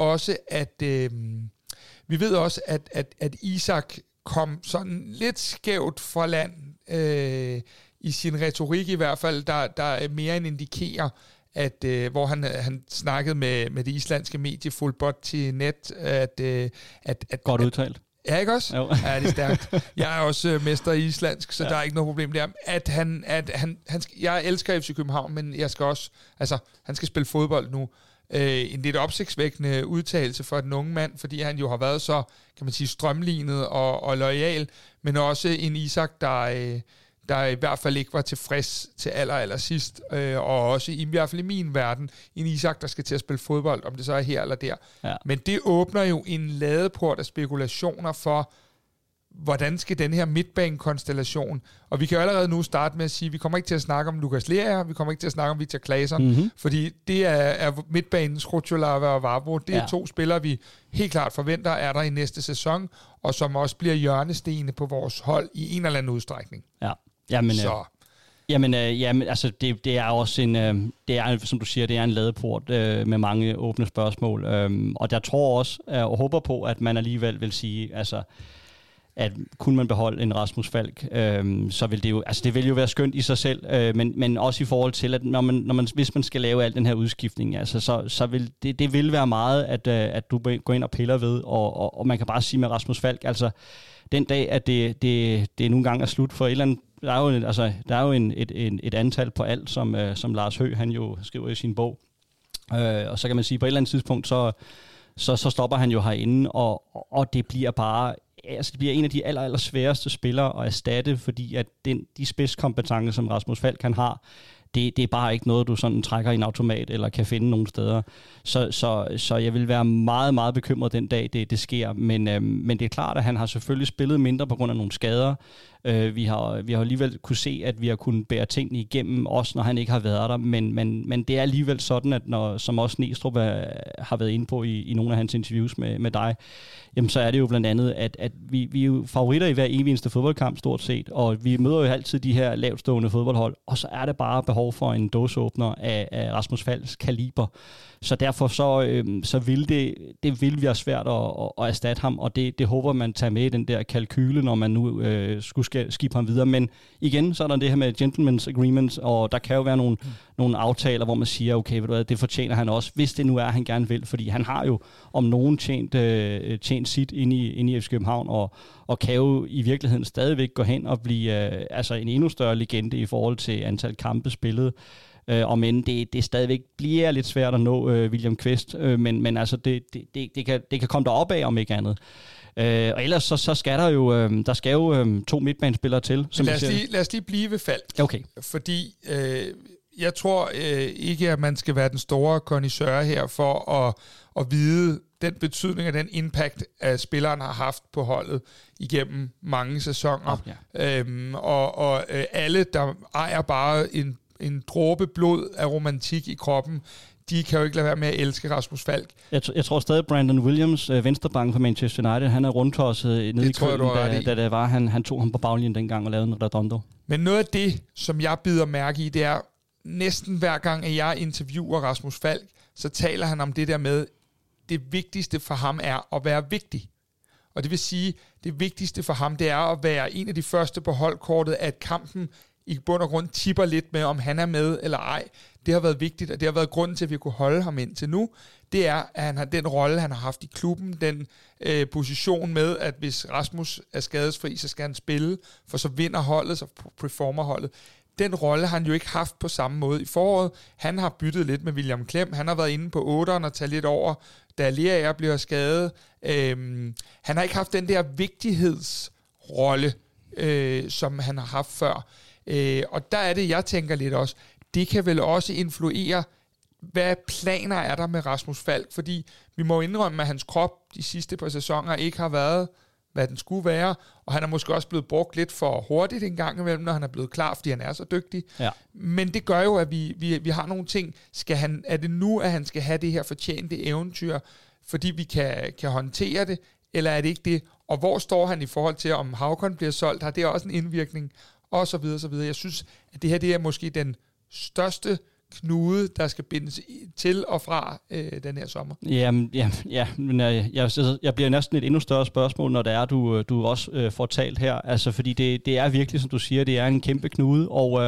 også, at Isak kom sådan lidt skævt fra land i sin retorik i hvert fald, der mere end indikerer, at hvor han snakkede med det islandske medie Fodbold.net, at godt udtalt. Ja, ikke også? Jo. Ja, det er stærkt. Jeg er også mester i islandsk, så der er ikke noget problem der. Jeg elsker FC København, men jeg skal også, han skal spille fodbold nu. En lidt opsigtsvækkende udtalelse for den unge mand, fordi han jo har været så, kan man sige, strømlignet og loyal, men også en Isak, der i hvert fald ikke var tilfreds til aller sidst, og også i hvert fald i min verden, en Isak, der skal til at spille fodbold, om det så er her eller der. Ja. Men det åbner jo en ladeport af spekulationer for, hvordan skal den her midtbanekonstellation, og vi kan jo allerede nu starte med at sige, at vi kommer ikke til at snakke om Lukas Lea, vi kommer ikke til at snakke om Victor Claesson, fordi det er midtbanens Rucholava og Vavro, det er to spillere, vi helt klart forventer er der i næste sæson, og som også bliver hjørnestene på vores hold i en eller anden udstrækning. Ja. Jamen, Jamen, altså det er også det er, som du siger, det er en ladeport med mange åbne spørgsmål. Og jeg tror også, og håber på, at man alligevel vil sige, altså, at kunne man beholde en Rasmus Falk, så vil det jo, altså det vil jo være skønt i sig selv, men også i forhold til, at hvis man skal lave al den her udskiftning, altså så vil det vil være meget, at du går ind og piller ved, og man kan bare sige med Rasmus Falk, altså den dag, at det nogle gange er slut for et eller andet. Der er jo et antal på alt, som Lars Høgh, han jo skriver i sin bog. Og så kan man sige, på et eller andet tidspunkt, så stopper han jo herinde, og det bliver bare, altså det bliver en af de aller sværeste spillere at erstatte, fordi at de spidskompetencer, som Rasmus Falk kan har, det er bare ikke noget, du sådan trækker i en automat, eller kan finde nogen steder. Så jeg vil være meget, meget bekymret den dag, det sker. Men det er klart, at han har selvfølgelig spillet mindre på grund af nogle skader. Vi har alligevel kunne se, at vi har kunnet bære tingene igennem, også når han ikke har været der. Men det er alligevel sådan, at som også Næstrup har været inde på i nogle af hans interviews med dig, jamen så er det jo blandt andet, at vi er jo favoritter i hver eneste fodboldkamp stort set, og vi møder jo altid de her lavtstående fodboldhold, og så er det bare behov for en dåseåbner af Rasmus Falks kaliber. Så derfor så vil det vil være svært at erstatte ham, og det håber man tager med i den der kalkyle, når man nu skulle skibe ham videre. Men igen, så er der det her med gentleman's agreements, og der kan jo være nogle aftaler, hvor man siger, okay, ved du hvad, det fortjener han også, hvis det nu er, han gerne vil, fordi han har jo om nogen tjent sit inde i FC København, og kan jo i virkeligheden stadigvæk gå hen og blive en endnu større legende i forhold til antal kampe spillet. Og men det stadigvæk bliver lidt svært at nå William Kvist, men altså det kan komme derop af, om ikke andet. Og ellers så skal der skal jo 2 midtbanespillere til. Som lad os lige blive ved Falk. Okay. Fordi jeg tror ikke, at man skal være den store connoisseur her for at vide den betydning og den impact, at spilleren har haft på holdet igennem mange sæsoner. Og alle, der ejer bare en dråbe blod af romantik i kroppen, de kan jo ikke lade være med at elske Rasmus Falk. Jeg tror stadig, Brandon Williams, venstrebacken for Manchester United, han er rundtosset nede i kølen, da det var, han tog ham på baglinjen dengang og lavede en redondo. Men noget af det, som jeg bider mærke i, det er næsten hver gang, at jeg interviewer Rasmus Falk, så taler han om det der med, det vigtigste for ham er at være vigtig. Og det vil sige, det vigtigste for ham, det er at være en af de første på holdkortet, at kampen i bund og grund tipper lidt med, om han er med eller ej. Det har været vigtigt, og det har været grunden til, at vi kunne holde ham indtil nu. Det er, at han har den rolle, han har haft i klubben, den position med, at hvis Rasmus er skadesfri, så skal han spille, for så vinder holdet, så performer holdet. Den rolle har han jo ikke haft på samme måde i foråret. Han har byttet lidt med William Klem. Han har været inde på 8'eren og taget lidt over, da Lerager bliver skadet. Han har ikke haft den der vigtighedsrolle, som han har haft før. Og der er det, jeg tænker lidt også, det kan vel også influere, hvad planer er der med Rasmus Falk, fordi vi må indrømme, at hans krop de sidste par sæsoner ikke har været, hvad den skulle være, og han er måske også blevet brugt lidt for hurtigt en gang imellem, når han er blevet klar, fordi han er så dygtig. Ja. Men det gør jo, at vi har nogle ting. Er det nu, at han skal have det her fortjente eventyr, fordi vi kan håndtere det, eller er det ikke det? Og hvor står han i forhold til, om Haucon bliver solgt? Har det også en indvirkning? Og så videre, så videre. Jeg synes, at det her det er måske den største knude, der skal bindes til og fra den her sommer. Ja, men jeg bliver næsten et endnu større spørgsmål, når det er, du også får talt her. Altså, fordi det er virkelig, som du siger, det er en kæmpe knude,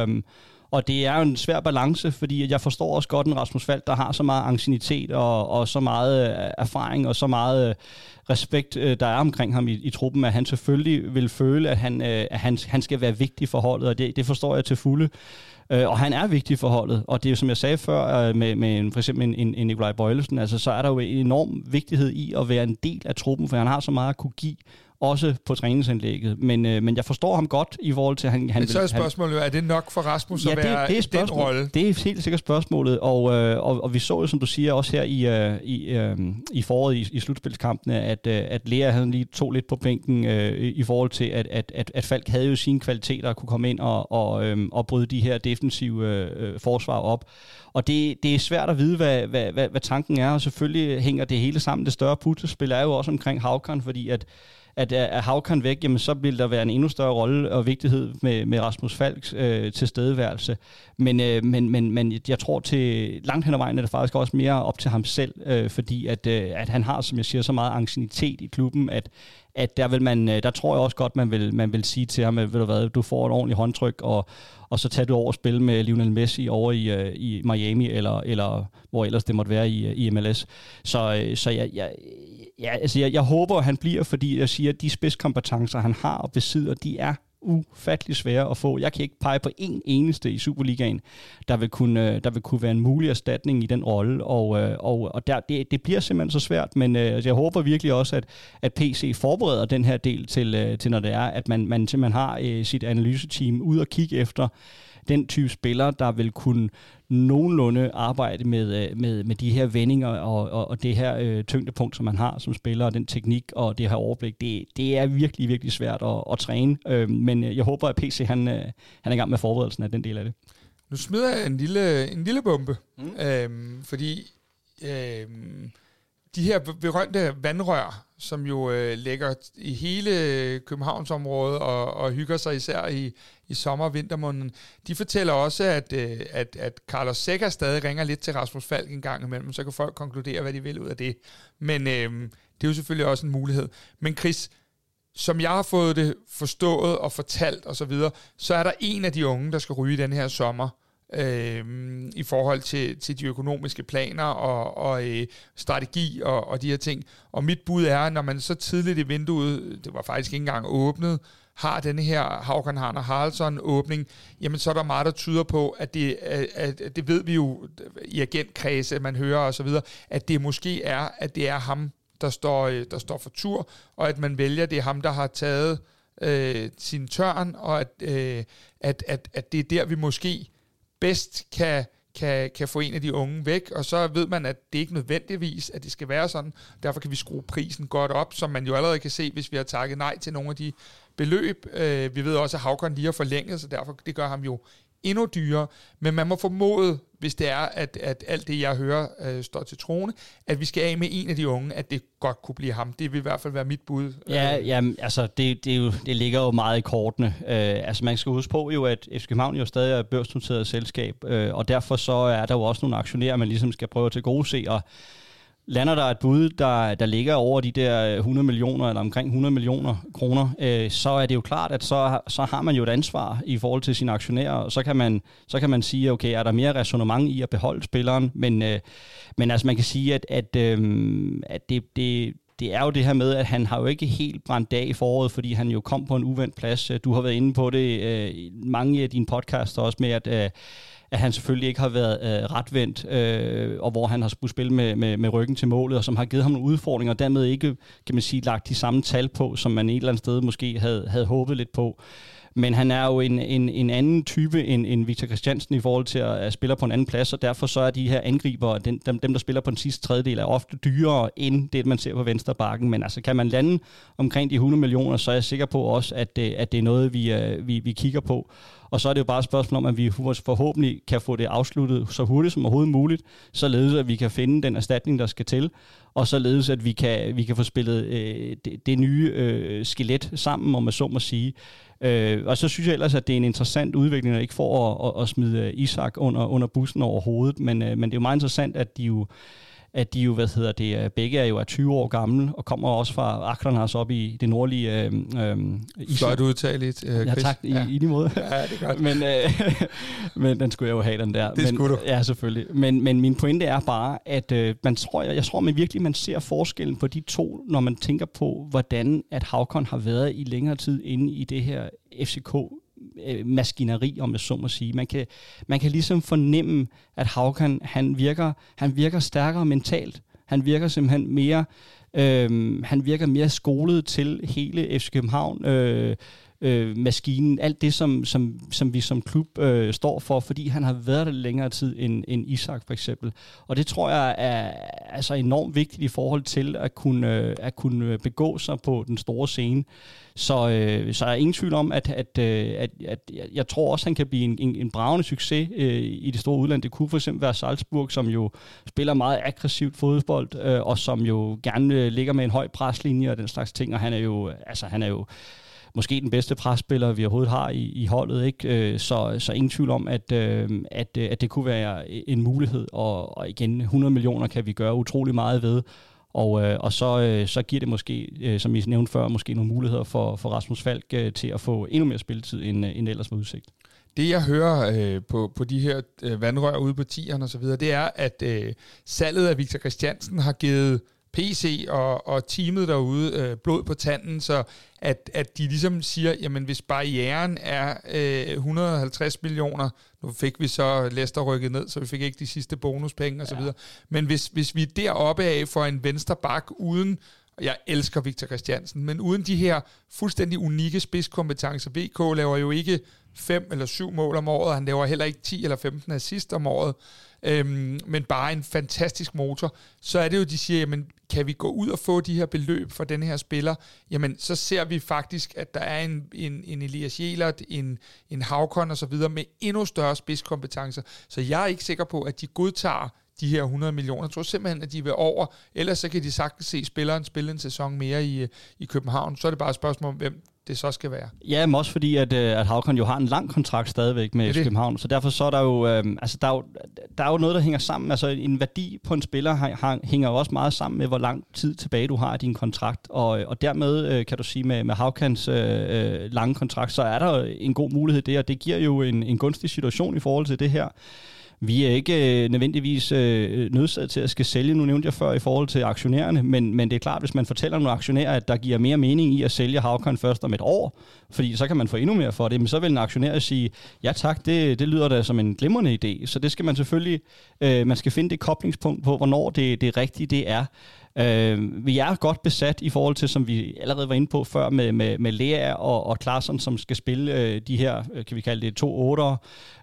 og det er jo en svær balance, fordi jeg forstår også godt en Rasmus Falk, der har så meget anciennitet og så meget erfaring og så meget respekt, der er omkring ham i truppen, at han selvfølgelig vil føle, at han skal være vigtig for holdet, og det forstår jeg til fulde. Og han er vigtig for holdet, og det er jo, som jeg sagde før, med for eksempel en Nikolaj Bøjlesen, altså, så er der jo en enorm vigtighed i at være en del af truppen, for han har så meget at kunne give, også på træningsanlægget. Men jeg forstår ham godt i forhold til, at han men så er spørgsmålet, er det nok for Rasmus at være det den rolle? Det er helt sikkert spørgsmålet, og vi så jo, som du siger, også her i foråret i slutspilskampene, at Lea havde lige tog lidt på bænken i forhold til, at Falk havde jo sine kvaliteter at kunne komme ind og bryde de her defensive forsvar op. Og det er svært at vide, hvad tanken er, og selvfølgelig hænger det hele sammen. Det større puslespil er jo også omkring Haucon, fordi at at Haukan væk, jamen så vil der være en endnu større rolle og vigtighed med Rasmus Falks tilstedeværelse. Men jeg tror til langt hen ad vejen er det faktisk også mere op til ham selv, fordi at han har, som jeg siger, så meget anciennitet i klubben, at der tror jeg også godt, man vil sige til ham, at ved du hvad, du får et ordentligt håndtryk, og så tager du over og spille med Lionel Messi over i Miami, eller hvor ellers det måtte være i MLS. Så jeg håber, at han bliver, fordi jeg siger, at de spidskompetencer, han har og besidder, de er ufattelig svære at få. Jeg kan ikke pege på en eneste i Superligaen, der vil kunne være en mulig erstatning i den rolle, og det bliver simpelthen så svært, men jeg håber virkelig også, at PC forbereder den her del til når det er, at man simpelthen har sit analyseteam ud og kigge efter den type spillere, der vil kunne nogenlunde arbejde med de her vendinger og det her tyngdepunkt, som man har som spiller, og den teknik og det her overblik. Det er virkelig, virkelig svært at træne, men jeg håber, at PC han er i gang med forberedelsen af den del af det. Nu smider jeg en lille bombe, fordi de her berømte vandrør, som jo ligger i hele Københavnsområdet og hygger sig især i sommer- og vintermåneden, de fortæller også, at Carlos Seca stadig ringer lidt til Rasmus Falk en gang imellem, så kan folk konkludere, hvad de vil ud af det. Men det er jo selvfølgelig også en mulighed. Men Chris, som jeg har fået det forstået og fortalt osv., så er der en af de unge, der skal ryge den her sommer, i forhold til de økonomiske planer og strategi og de her ting. Og mit bud er, når man så tidligt i vinduet, det var faktisk ikke engang åbnet, har denne her Haukan Harner Haraldsson åbning, jamen så er der meget, der tyder på, at det ved vi jo i agentkredse, man hører og så videre, at det måske er, at det er ham, der står for tur, og at man vælger, det er ham, der har taget sin tørn, og at det er der, vi måske bedst kan få en af de unge væk, og så ved man, at det ikke nødvendigvis, at det skal være sådan. Derfor kan vi skrue prisen godt op, som man jo allerede kan se, hvis vi har takket nej til nogle af de beløb. Vi ved også, at Haukan lige har forlænget, så derfor det gør ham jo endnu dyrere. Men man må formode, hvis det er, at alt det, jeg hører, står til troende, at vi skal af med en af de unge, at det godt kunne blive ham. Det vil i hvert fald være mit bud. Ja, altså det ligger jo meget i kortene. Altså man skal huske på jo, at FC København jo stadig er et børsnoteret selskab, og derfor så er der jo også nogle aktionærer, man ligesom skal prøve at tilgodese, og lander der et bud, der ligger over de der 100 millioner eller omkring 100 millioner kroner, så er det jo klart, at så har man jo et ansvar i forhold til sine aktionærer, og så kan man sige, okay, er der mere ræsonnement i at beholde spilleren, men altså man kan sige, at det er jo det her med, at han har jo ikke helt brændt af i foråret, fordi han jo kom på en uvendt plads. Du har været inde på det i mange af dine podcaster også med, at han selvfølgelig ikke har været retvendt, og hvor han har skulle spille med ryggen til målet, og som har givet ham nogle udfordringer, og dermed ikke, kan man sige, lagt de samme tal på, som man et eller andet sted måske havde håbet lidt på. Men han er jo en anden type end Victor Christiansen i forhold til at spille på en anden plads, og derfor så er de her angriber, dem der spiller på den sidste tredjedel, er ofte dyrere end det, man ser på venstre bakken. Men altså kan man lande omkring de 100 millioner, så er jeg sikker på også, at det er noget, vi kigger på. Og så er det jo bare et spørgsmål om, at vi forhåbentlig kan få det afsluttet så hurtigt som overhovedet muligt, således at vi kan finde den erstatning, der skal til, og således at vi kan få spillet det nye skelet sammen, om man så må sige. Og så synes jeg ellers, at det er en interessant udvikling, at ikke for at smide Isak under bussen overhovedet, men det er jo meget interessant, at de jo begge er jo 20 år gamle, og kommer også fra Akranas op i det nordlige Island. Flot udtaligt, Chris. Ja, tak. I lige måde. Ja, det er godt. Men den skulle jeg jo have, den der. Det skulle du. Ja, selvfølgelig. Men min pointe er bare, at jeg tror man ser forskellen på de to, når man tænker på, hvordan at Haukan har været i længere tid inde i det her FCK maskineri, om jeg så må sige. Man kan ligesom fornemme, at Haukan, han virker stærkere mentalt. Han virker simpelthen mere skolet til hele FC København maskinen, alt det, som vi som klub står for, fordi han har været der længere tid end Isak for eksempel. Og det tror jeg er altså enormt vigtigt i forhold til at kunne begå sig på den store scene. Så er ingen tvivl om, at jeg tror også, han kan blive en bragende succes i det store udland. Det kunne for eksempel være Salzburg, som jo spiller meget aggressivt fodbold, og som jo gerne ligger med en høj preslinje og den slags ting, og han er jo måske den bedste presspiller, vi overhovedet har i holdet, ikke? Så ingen tvivl om, at det kunne være en mulighed, og igen, 100 millioner kan vi gøre utrolig meget ved, og så giver det måske, som I nævnte før, måske nogle muligheder for Rasmus Falk til at få endnu mere spilletid, end ellers var udsigt. Det jeg hører på de her vandrør ude på tieren og så videre, det er, at salget af Victor Christiansen har givet PC og teamet derude blod på tanden, så at de ligesom siger, jamen hvis barrieren er 150 millioner, nu fik vi så Leicester rykket ned, så vi fik ikke de sidste bonuspenge og så videre, men hvis vi er deroppe af for en venstre bak uden, jeg elsker Victor Christiansen, men uden de her fuldstændig unikke spidskompetencer, VK laver jo ikke 5 eller 7 mål om året, han laver heller ikke 10 eller 15 assist om året, men bare en fantastisk motor, så er det jo, de siger, jamen kan vi gå ud og få de her beløb for den her spiller, jamen så ser vi faktisk, at der er en Elias Jelert, en Haukon og så videre med endnu større spidskompetencer, så jeg er ikke sikker på, at de godtager de her 100 millioner. Jeg tror simpelthen, at de vil over, ellers så kan de sagtens se spilleren spille en sæson mere i København, så er det bare et spørgsmål om, hvem det så skal være. Ja, men også fordi, at Haukon jo har en lang kontrakt stadigvæk med København, så derfor så er der jo, der er jo noget, der hænger sammen. Altså en værdi på en spiller hænger jo også meget sammen med, hvor lang tid tilbage du har i din kontrakt, og dermed kan du sige, med Haukons lange kontrakt, så er der en god mulighed der, og det giver jo en gunstig situation i forhold til det her. Vi er ikke nødvendigvis nødsaget til at skal sælge, nu nævnte jeg før i forhold til aktionærerne, men det er klart, hvis man fortæller nogle aktionærer, at der giver mere mening i at sælge Haukon først om et år, fordi så kan man få endnu mere for det, men så vil en aktionær sige, ja tak, det lyder da som en glimrende idé, så det skal man selvfølgelig, man skal finde det koblingspunkt på, hvornår det rigtige det er. Vi er godt besat i forhold til, som vi allerede var inde på før, med Lea og Klaassen, som skal spille de her, kan vi kalde det, 2 8'ere.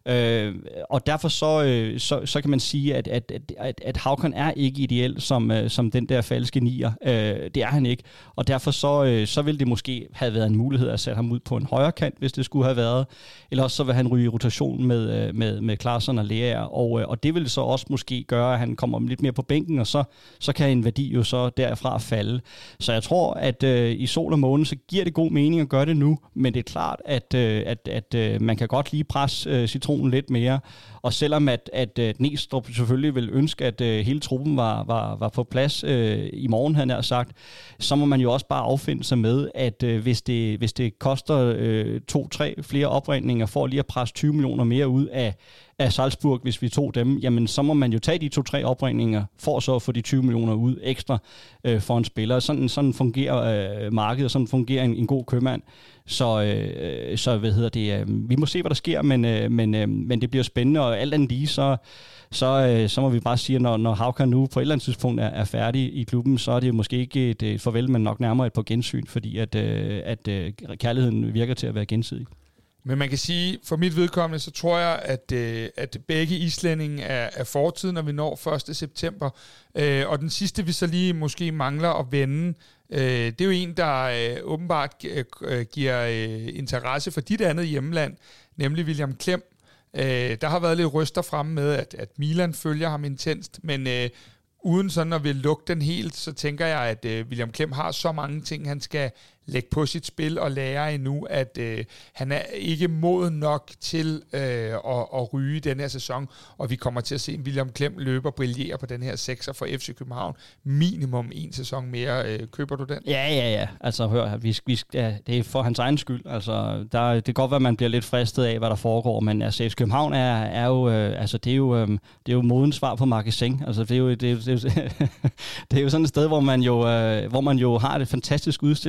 Og derfor så kan man sige, at Haukon er ikke ideel som den der falske nier. Det er han ikke. Og derfor så vil det måske have været en mulighed at sætte ham ud på en højre kant, hvis det skulle have været. Eller også så vil han ryge i rotation med Klaassen og Lea. Og det vil så også måske gøre, at han kommer lidt mere på bænken, og så kan en værdi jo så derfra falde. Så jeg tror, at i sol og måne, så giver det god mening at gøre det nu, men det er klart, at man kan godt lige presse citronen lidt mere, og selvom at Næstrup selvfølgelig vil ønske, at hele truppen var på plads i morgen, han har sagt, så må man jo også bare affinde sig med, at hvis det koster 2-3 flere opringninger for lige at presse 20 millioner mere ud af Salzburg, hvis vi tog dem, jamen så må man jo tage de 2-3 opringninger for så at få de 20 millioner ud ekstra for en spiller. Sådan fungerer markedet, sådan fungerer en god købmand. Så vi må se, hvad der sker, men det bliver spændende, og alt andet lige, så må vi bare sige, at når Haukon nu på et eller andet tidspunkt er færdig i klubben, så er det jo måske ikke et farvel, men nok nærmere et på gensyn, fordi at kærligheden virker til at være gensidig. Men man kan sige, for mit vedkommende, så tror jeg, at begge islændinge er fortid, når vi når 1. september. Og den sidste, vi så lige måske mangler at vende, det er jo en, der åbenbart giver interesse for dit andet hjemland, nemlig William Klem. Der har været lidt ryster fremme med, at Milan følger ham intenst, men uden sådan at vil lukke den helt, så tænker jeg, at William Klem har så mange ting, han skal lægge på sit spil og lære endnu, at han er ikke moden nok til at ryge den her sæson, og vi kommer til at se en William Klem løbe og brillere på den her 6'er for FC København. Minimum 1 sæson mere. Køber du den? Ja. Altså hør, det er for hans egen skyld. Altså, det kan godt være, at man bliver lidt fristet af, hvad der foregår, men altså, FC København er jo, altså, det er jo modens svar på Marquezing. Altså, det er jo sådan et sted, hvor man jo har et fantastisk udstillingsvindue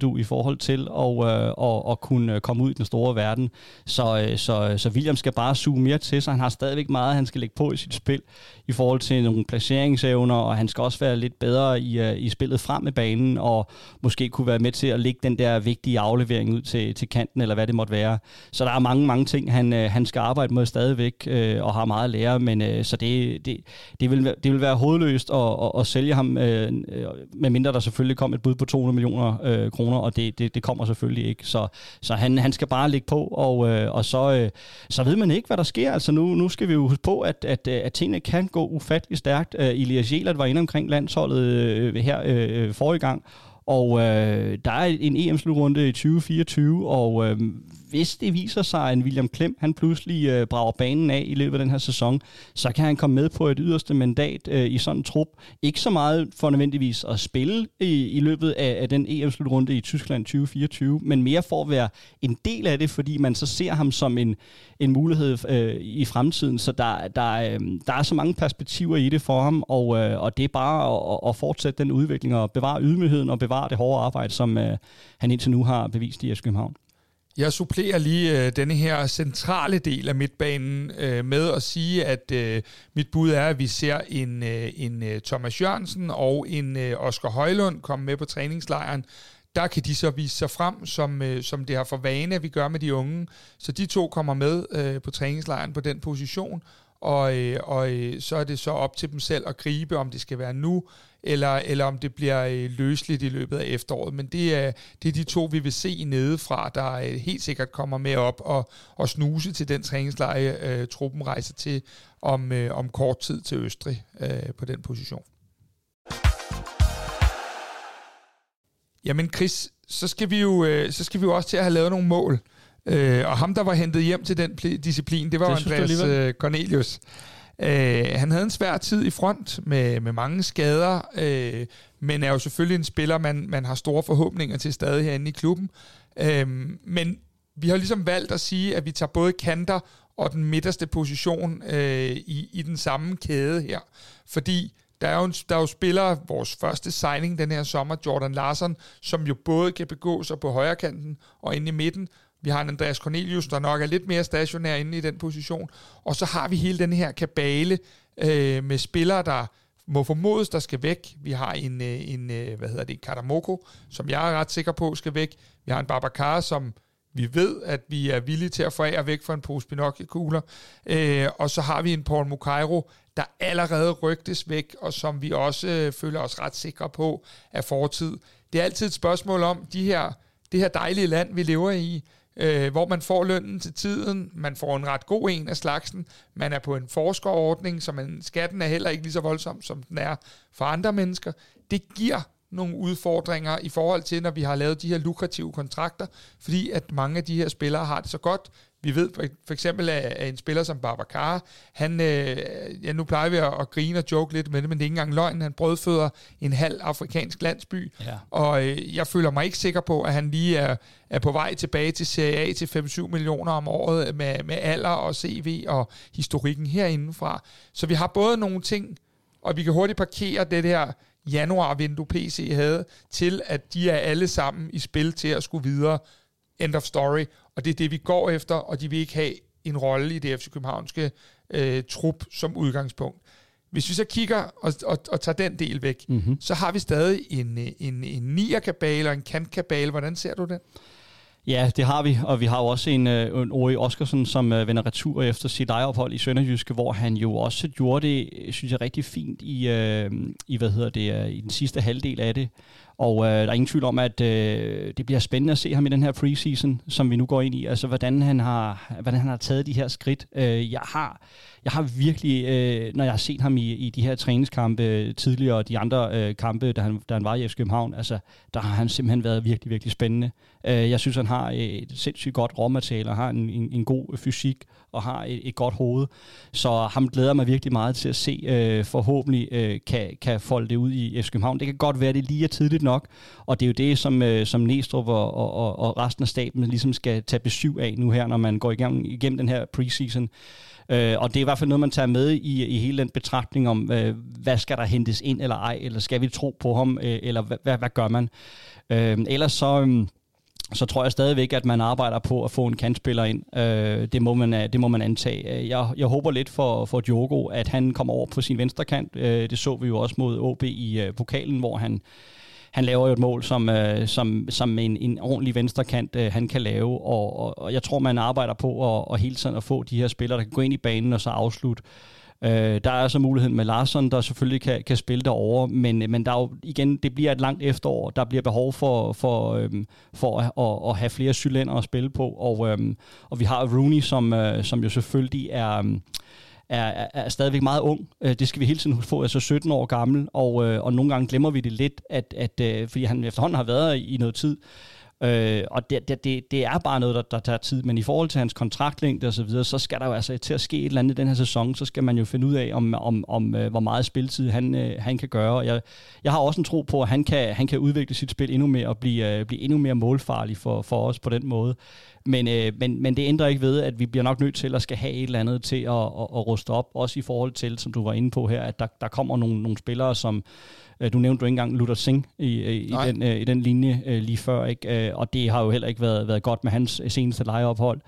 vindue i forhold til at kunne komme ud i den store verden. Så William skal bare suge mere til sig. Han har stadigvæk meget, han skal lægge på i sit spil i forhold til nogle placeringsevner, og han skal også være lidt bedre i spillet frem med banen, og måske kunne være med til at lægge den der vigtige aflevering ud til kanten, eller hvad det måtte være. Så der er mange ting, han skal arbejde med stadigvæk, og har meget at lære, men så det vil være hovedløst at sælge ham, medmindre der selvfølgelig kom et bud på 200 millioner kroner, og det kommer selvfølgelig ikke. Så han skal bare ligge på, og så ved man ikke, hvad der sker. Altså nu skal vi jo huske på, at tingene kan gå ufattelig stærkt. Elias Jelert var inde omkring landsholdet her forrige gang, og der er en EM-slutrunde i 2024, og hvis det viser sig, at William Klem han pludselig brager banen af i løbet af den her sæson, så kan han komme med på et yderste mandat i sådan en trup. Ikke så meget for nødvendigvis at spille i løbet af den EM-slutrunde i Tyskland 2024, men mere for at være en del af det, fordi man så ser ham som en mulighed i fremtiden. Så der er så mange perspektiver i det for ham, og det er bare at fortsætte den udvikling og bevare ydmygheden og bevare det hårde arbejde, som han indtil nu har bevist i FC København. Jeg supplerer lige denne her centrale del af midtbanen med at sige, at mit bud er, at vi ser en Thomas Jørgensen og en Oscar Højlund komme med på træningslejren. Der kan de så vise sig frem, som det har for vane, at vi gør med de unge. Så de to kommer med på træningslejren på den position, og så er det så op til dem selv at gribe, om det skal være nu, eller om det bliver løsligt i løbet af efteråret. Men det er de to, vi vil se nedefra, der helt sikkert kommer med op og snuse til den træningsleje, truppen rejser til om kort tid til Østrig på den position. Jamen Chris, så skal vi jo også til at have lavet nogle mål. Og ham, der var hentet hjem til den disciplin, det var Andreas Cornelius. Han havde en svær tid i front med mange skader, men er jo selvfølgelig en spiller, man har store forhåbninger til stadig herinde i klubben. Men vi har ligesom valgt at sige, at vi tager både kanter og den midterste position i den samme kæde her. Fordi der er jo spillere, vores første signing den her sommer, Jordan Larsson, som jo både kan begå sig på højre kanten og inde i midten. Vi har en Andreas Cornelius, der nok er lidt mere stationær inde i den position. Og så har vi hele den her kabale med spillere, der må formodes, der skal væk. Vi har en Karamoko, som jeg er ret sikker på skal væk. Vi har en Babacar, som vi ved, at vi er villige til at forære væk fra en pose Pinocchio-kugler. Og så har vi en Paul Mukairo, der allerede rygtes væk, og som vi også føler os ret sikre på af fortid. Det er altid et spørgsmål om det her dejlige land, vi lever i, hvor man får lønnen til tiden, man får en ret god en af slagsen, man er på en forskerordning, så skatten er heller ikke lige så voldsom, som den er for andre mennesker. Det giver nogle udfordringer i forhold til, når vi har lavet de her lukrative kontrakter, fordi at mange af de her spillere har det så godt. Vi ved for eksempel, at en spiller som Babacar, nu plejer vi at grine og joke lidt med det, men det er ikke engang løgn. Han brødføder en halv afrikansk landsby, og jeg føler mig ikke sikker på, at han lige er på vej tilbage til Serie A til 5-7 millioner om året med alder og CV og historikken herindefra. Så vi har både nogle ting, og vi kan hurtigt parkere det her januar-vindue PC havde, til at de er alle sammen i spil til at skulle videre. End of story. Og det er det, vi går efter, og de vil ikke have en rolle i det FC Københavnske trup som udgangspunkt. Hvis vi så kigger og tager den del væk, så har vi stadig en nier-kabale og en kant-kabale. Hvordan ser du det? Ja, det har vi, og vi har jo også en Ori Oskarsson, som vender retur efter sit lejeophold i Sønderjyske, hvor han jo også gjorde det, synes jeg, rigtig fint i den sidste halvdel af det. Og der er ingen tvivl om, at det bliver spændende at se ham i den her preseason, som vi nu går ind i. Altså, hvordan han har taget de her skridt. Jeg har virkelig, når jeg har set ham i de her træningskampe tidligere, og de andre kampe, da han var i FC København, altså, der har han simpelthen været virkelig, virkelig spændende. Jeg synes, han har et sindssygt godt råmateriale, og har en god fysik, og har et godt hoved. Så ham glæder mig virkelig meget til at se, forhåbentlig kan folde det ud i FC København. Det kan godt være, det lige er tidligt nok, og det er jo det, som Næstrup og resten af staben ligesom skal tage besøg af nu her, når man går igennem den her preseason. Og det er i hvert fald noget, man tager med i hele den betragtning om, hvad skal der hentes ind eller ej, eller skal vi tro på ham, eller hvad gør man? Ellers så tror jeg stadigvæk, at man arbejder på at få en kantspiller ind. Det må man antage. Jeg håber lidt for Diogo, at han kommer over på sin venstre kant. Det så vi jo også mod OB i pokalen, hvor han laver jo et mål, som en ordentlig venstrekant han kan lave, og jeg tror, man arbejder på at hele tiden at få de her spillere, der kan gå ind i banen og så afslutte. Der er så muligheden med Larsson, der selvfølgelig kan spille derovre, men der er jo igen, det bliver et langt efterår. Der bliver behov for at have flere cylinder at spille på, og vi har Rooney, som jo selvfølgelig er stadigvæk meget ung. Det skal vi hele tiden huske på, altså 17 år gammel, og nogle gange glemmer vi det lidt, at fordi han efterhånden har været i noget tid, og det er bare noget, der tager tid, men i forhold til hans kontraktlængde og så videre, så skal der jo altså til at ske et eller andet i den her sæson, så skal man jo finde ud af, om hvor meget spilletid han kan gøre. Jeg har også en tro på, at han kan udvikle sit spil endnu mere og blive endnu mere målfarlig for os på den måde. Men det ændrer ikke ved, at vi bliver nok nødt til at skal have et eller andet til at ruste op, også i forhold til, som du var inde på her, at der kommer nogle spillere, som du nævnte jo ikke engang Luther Singh i den linje lige før, ikke? Og det har jo heller ikke været godt med hans seneste lejeophold.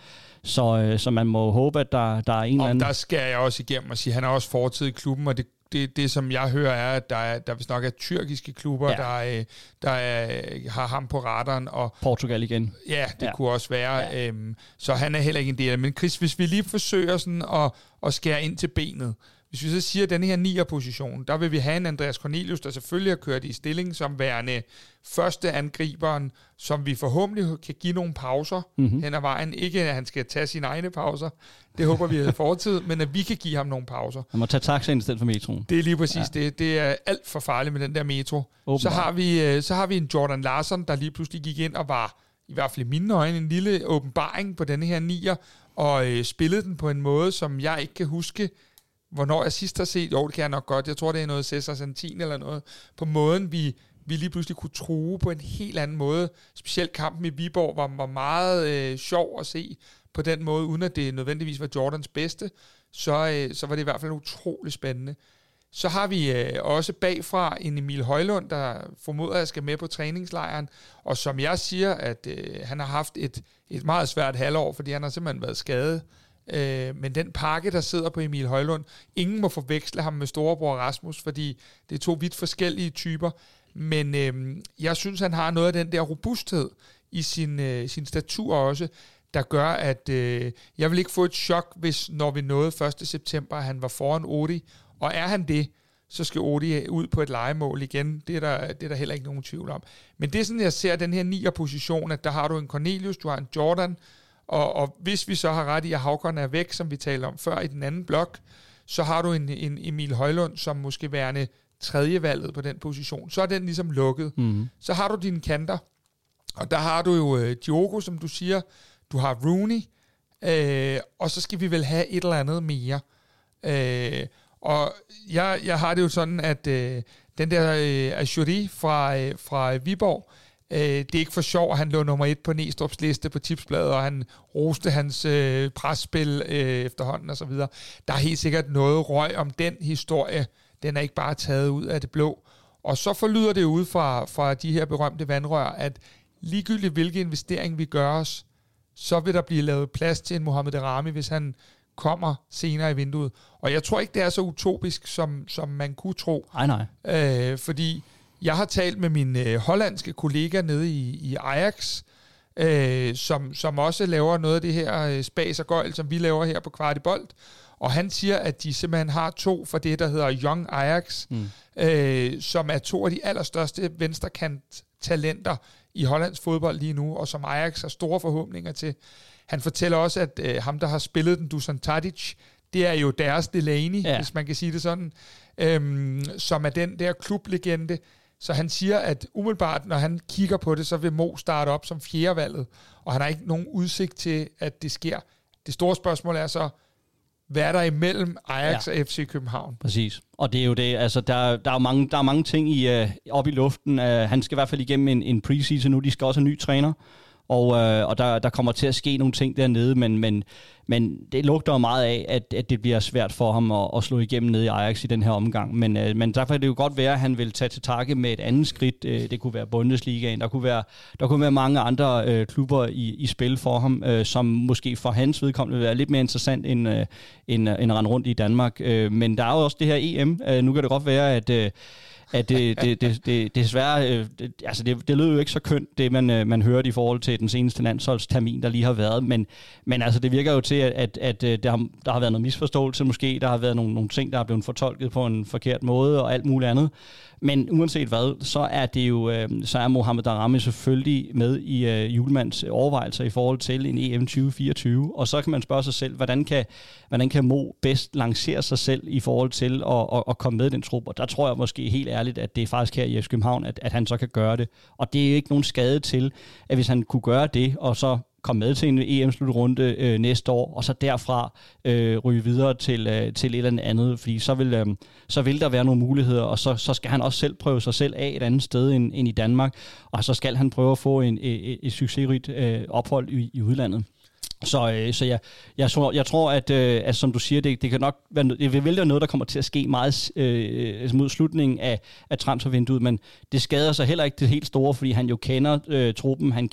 Så man må håbe, at der er en eller anden... Der skal jeg også igennem og sige, han er også fortid i klubben, og det som jeg hører, er, at der vist nok er tyrkiske klubber, der har ham på radaren. Og Portugal igen. Ja, det kunne også være. Ja. Så han er heller ikke en del af det. Men Chris, hvis vi lige forsøger sådan at skære ind til benet, hvis vi så siger, at denne her 9'er-position, der vil vi have en Andreas Cornelius, der selvfølgelig har kørt i stilling som værende første angriberen, som vi forhåbentlig kan give nogle pauser hen ad vejen. Ikke at han skal tage sine egne pauser, det håber vi i fortid, men at vi kan give ham nogle pauser. Han må tage taxaen i stedet for metroen. Det er lige præcis det. Det er alt for farligt med den der metro. Så har vi en Jordan Larsson, der lige pludselig gik ind og var, i hvert fald i mine øjne, en lille åbenbaring på denne her 9'er, og spillede den på en måde, som jeg ikke kan huske, hvornår jeg sidst har set. Jo, det kan jeg nok godt. Jeg tror, det er noget Cesar Santin eller noget. På måden, vi lige pludselig kunne true på en helt anden måde. Specielt kampen i Viborg var meget sjov at se på den måde, uden at det nødvendigvis var Jordans bedste. Så var det i hvert fald utrolig spændende. Så har vi også bagfra en Emil Højlund, der formoder, at jeg skal med på træningslejren. Og som jeg siger, at han har haft et meget svært halvår, fordi han har simpelthen været skadet. Men den pakke, der sidder på Emil Højlund, ingen må forveksle ham med storebror Rasmus, fordi det er to vidt forskellige typer. Men jeg synes, han har noget af den der robusthed i sin statur også, der gør, at jeg vil ikke få et chok, hvis når vi nåede 1. september, han var foran Odi. Og er han det, så skal Odi ud på et lejemål igen. Det er der heller ikke nogen tvivl om. Men det er sådan, jeg ser den her 9'er-position, at der har du en Cornelius, du har en Jordan, og hvis vi så har ret i, at Haugen er væk, som vi talte om før i den anden blok, så har du en Emil Højlund, som måske værende tredje valget på den position. Så er den ligesom lukket. Mm-hmm. Så har du dine kanter, og der har du jo Diogo, som du siger, du har Rooney, og så skal vi vel have et eller andet mere. Og jeg har det jo sådan, at den der Ashuri fra Viborg, det er ikke for sjov, at han lå nummer 1 på Næstrup's liste på Tipsbladet, og han roste hans presspil efterhånden og så videre. Der er helt sikkert noget røg om den historie. Den er ikke bare taget ud af det blå. Og så forlyder det ud fra de her berømte vandrør, at ligegyldigt hvilke investering vi gør os, så vil der blive lavet plads til en Mohamed Daramy, hvis han kommer senere i vinduet. Og jeg tror ikke, det er så utopisk, som man kunne tro. Nej. Fordi jeg har talt med min hollandske kollega nede i Ajax, som også laver noget af det her spas og gøjl, som vi laver her på Kvartibolt. Og han siger, at de simpelthen har 2 for det, der hedder Young Ajax, som er 2 af de allerstørste venstrekant-talenter i Hollands fodbold lige nu, og som Ajax har store forhåbninger til. Han fortæller også, at ham, der har spillet den, Dusan Tadic, det er jo deres Delaney, hvis man kan sige det sådan, som er den der klublegende. Så han siger, at umiddelbart, når han kigger på det, så vil Mo starte op som 4. valget, og han har ikke nogen udsigt til, at det sker. Det store spørgsmål er så, hvad er der imellem Ajax og FC København? Præcis. Og det er jo det, altså der er mange ting op i luften. Han skal i hvert fald igennem en preseason nu. De skal også have ny træner. Og der kommer til at ske nogle ting dernede, men det lugter jo meget af, at det bliver svært for ham at slå igennem nede i Ajax i den her omgang. Men derfor kan det jo godt være, at han vil tage til takke med et andet skridt. Det kunne være Bundesligaen. Der kunne være mange andre klubber i spil for ham, som måske for hans vedkommende vil være lidt mere interessant end at rende rundt i Danmark. Men der er jo også det her EM. Nu kan det godt være, at det desværre, altså det lød jo ikke så kønt, det man hørte i forhold til den seneste landsholdstermin, der lige har været, men altså det virker jo til, at der har været noget misforståelse måske, der har været nogle ting, der er blevet fortolket på en forkert måde og alt muligt andet. Men uanset hvad, så er det jo, så er Mohamed Daramy selvfølgelig med i Julemands overvejelser i forhold til en EM 2024, og så kan man spørge sig selv, hvordan kan Mo bedst lancere sig selv i forhold til at komme med i den trup, og der tror jeg måske helt ærligt, at det er faktisk her i FC København, at han så kan gøre det, og det er jo ikke nogen skade til, at hvis han kunne gøre det, og så komme med til en EM-slutrunde næste år, og så derfra ryge videre til et eller andet, fordi så vil der være nogle muligheder, og så skal han også selv prøve sig selv af et andet sted end i Danmark, og så skal han prøve at få et succesrigt ophold i udlandet. Så jeg tror, at som du siger, det kan nok være, det vil være noget, der kommer til at ske meget mod slutningen af transfervinduet, men det skader sig heller ikke det helt store, fordi han jo kender truppen, han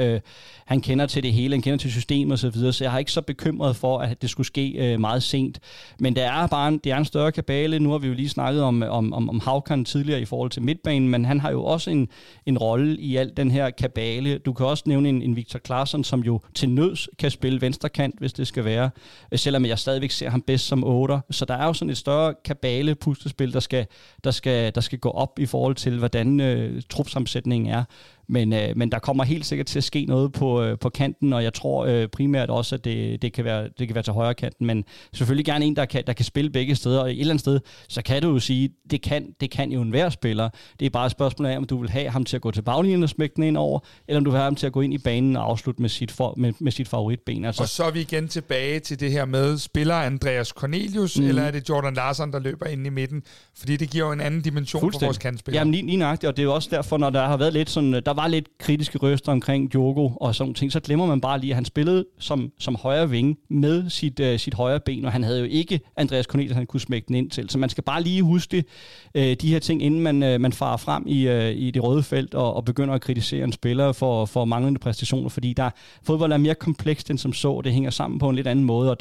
kender til det hele, han kender til systemet og så videre, så jeg har ikke så bekymret for, at det skulle ske meget sent. Men det er en større kabale. Nu har vi jo lige snakket om Haukan tidligere i forhold til midtbanen, men han har jo også en rolle i al den her kabale. Du kan også nævne en Victor Claesson, som jo til nøds kan spille venstrekant, hvis det skal være, selvom jeg stadigvæk ser ham bedst som 8'er. Så der er jo sådan et større kabale puslespil, der skal gå op i forhold til, hvordan trupsammensætningen er. Men der kommer helt sikkert til at ske noget på kanten, og jeg tror primært også, at det kan være til højre kanten, men selvfølgelig gerne en, der kan spille begge steder, og et eller andet sted, så kan du jo sige, det kan jo enhver spiller. Det er bare et spørgsmål af, om du vil have ham til at gå til baglinjen og smække den ind over, eller om du vil have ham til at gå ind i banen og afslutte med sit favoritben. Altså. Og så er vi igen tilbage til det her med, spiller Andreas Cornelius, eller er det Jordan Larsson, der løber inde i midten? Fordi det giver jo en anden dimension for vores kantspillere. Jamen lige nøjagtigt, og det er jo også derfor, når der har været lidt sådan, der var lidt kritiske røster omkring Diogo og sådan ting, så glemmer man bare lige, at han spillede som højre vinge med sit højre ben, og han havde jo ikke Andreas Cornelius, han kunne smække den ind til. Så man skal bare lige huske de her ting, inden man farer frem i det røde felt og begynder at kritisere en spiller for manglende præstationer, fordi fodbold er mere komplekst end som så, det hænger sammen på en lidt anden måde, og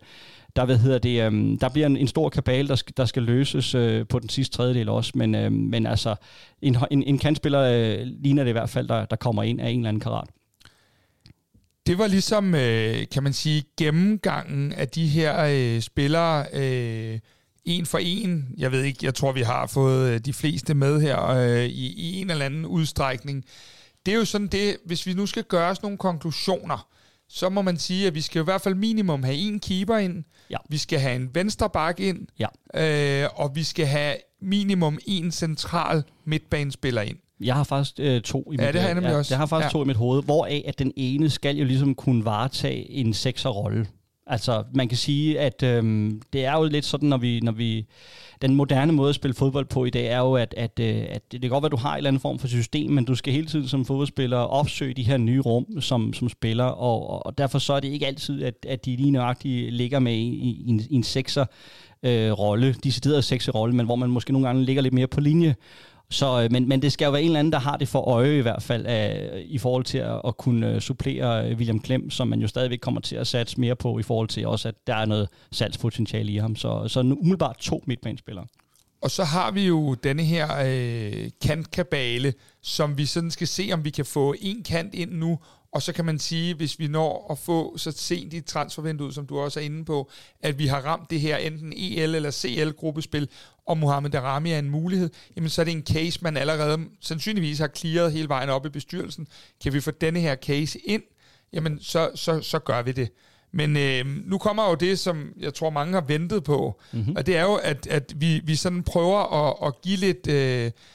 der bliver en stor kabale, der skal løses på den sidste tredjedel også, men altså en kantspiller ligner det i hvert fald, der kommer ind af en eller anden karat. Det var ligesom, kan man sige, gennemgangen af de her spillere en for en. Jeg ved ikke, jeg tror, vi har fået de fleste med her i en eller anden udstrækning. Det er jo sådan det, hvis vi nu skal gøre os nogle konklusioner, så må man sige, at vi skal i hvert fald minimum have en keeper ind, vi skal have en venstre bak ind, og vi skal have minimum en central midtbanespiller ind. Jeg har faktisk to i mit hoved. Det har jeg nemlig også. Jeg har faktisk to i mit hoved, hvoraf at den ene skal jo ligesom kunne varetage en sekserrolle. Altså, man kan sige, at det er jo lidt sådan, når vi den moderne måde at spille fodbold på i dag er jo, at det kan godt være, at du har en eller anden form for system, men du skal hele tiden som fodboldspiller opsøge de her nye rum som spiller, og derfor så er det ikke altid, at de lige nøjagtigt ligger med i en sekser-rolle, decideret sekser-rolle, men hvor man måske nogle gange ligger lidt mere på linje. Så, men det skal jo være en eller anden, der har det for øje i hvert fald, i forhold til at kunne supplere William Klem, som man jo stadigvæk kommer til at satse mere på, i forhold til også, at der er noget salgspotentiale i ham. Så nu umiddelbart 2 midtbanespillere. Og så har vi jo denne her kantkabale, som vi sådan skal se, om vi kan få en kant ind nu, og så kan man sige, hvis vi når at få så sent i transfervinduet, som du også er inde på, at vi har ramt det her enten EL eller CL-gruppespil, og Mohamed Daramy er en mulighed, jamen så er det en case, man allerede sandsynligvis har clearet hele vejen op i bestyrelsen. Kan vi få denne her case ind, jamen så gør vi det. Men nu kommer jo det, som jeg tror mange har ventet på, og det er jo, at vi sådan prøver at give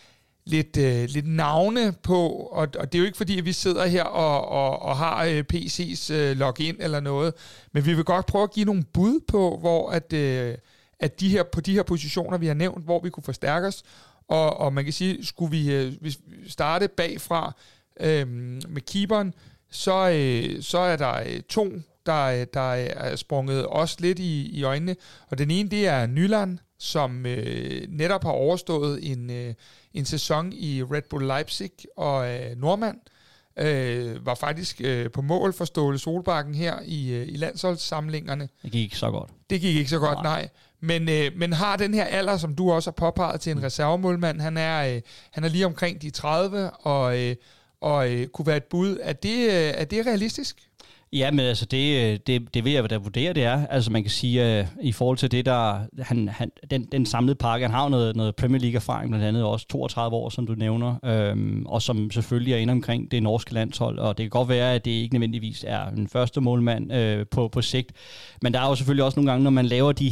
lidt navne på, og det er jo ikke fordi, at vi sidder her og har PC's login eller noget, men vi vil godt prøve at give nogle bud på, hvor at på de her positioner, vi har nævnt, hvor vi kunne forstærke os, og man kan sige, skulle vi starte bagfra med keeperen, så er der to, der er sprunget også lidt i øjnene, og den ene, det er Nyland, som netop har overstået en sæson i Red Bull Leipzig, og Nordmand var faktisk på mål for Ståle Solbakken her i landsholdssamlingerne. Det gik ikke så godt. Det gik ikke så godt, nej. Men har den her alder, som du også har påpeget til en reservemålmand, han er lige omkring de 30, og kunne være et bud. Er det realistisk? Ja, men altså det vil jeg da vurdere, det er. Altså man kan sige, i forhold til det, der den samlede pakke, han har jo noget Premier League-erfaring, blandt andet også 32 år, som du nævner, og som selvfølgelig er inde omkring det norske landshold, og det kan godt være, at det ikke nødvendigvis er den første målmand på sigt, men der er jo selvfølgelig også nogle gange, når man laver de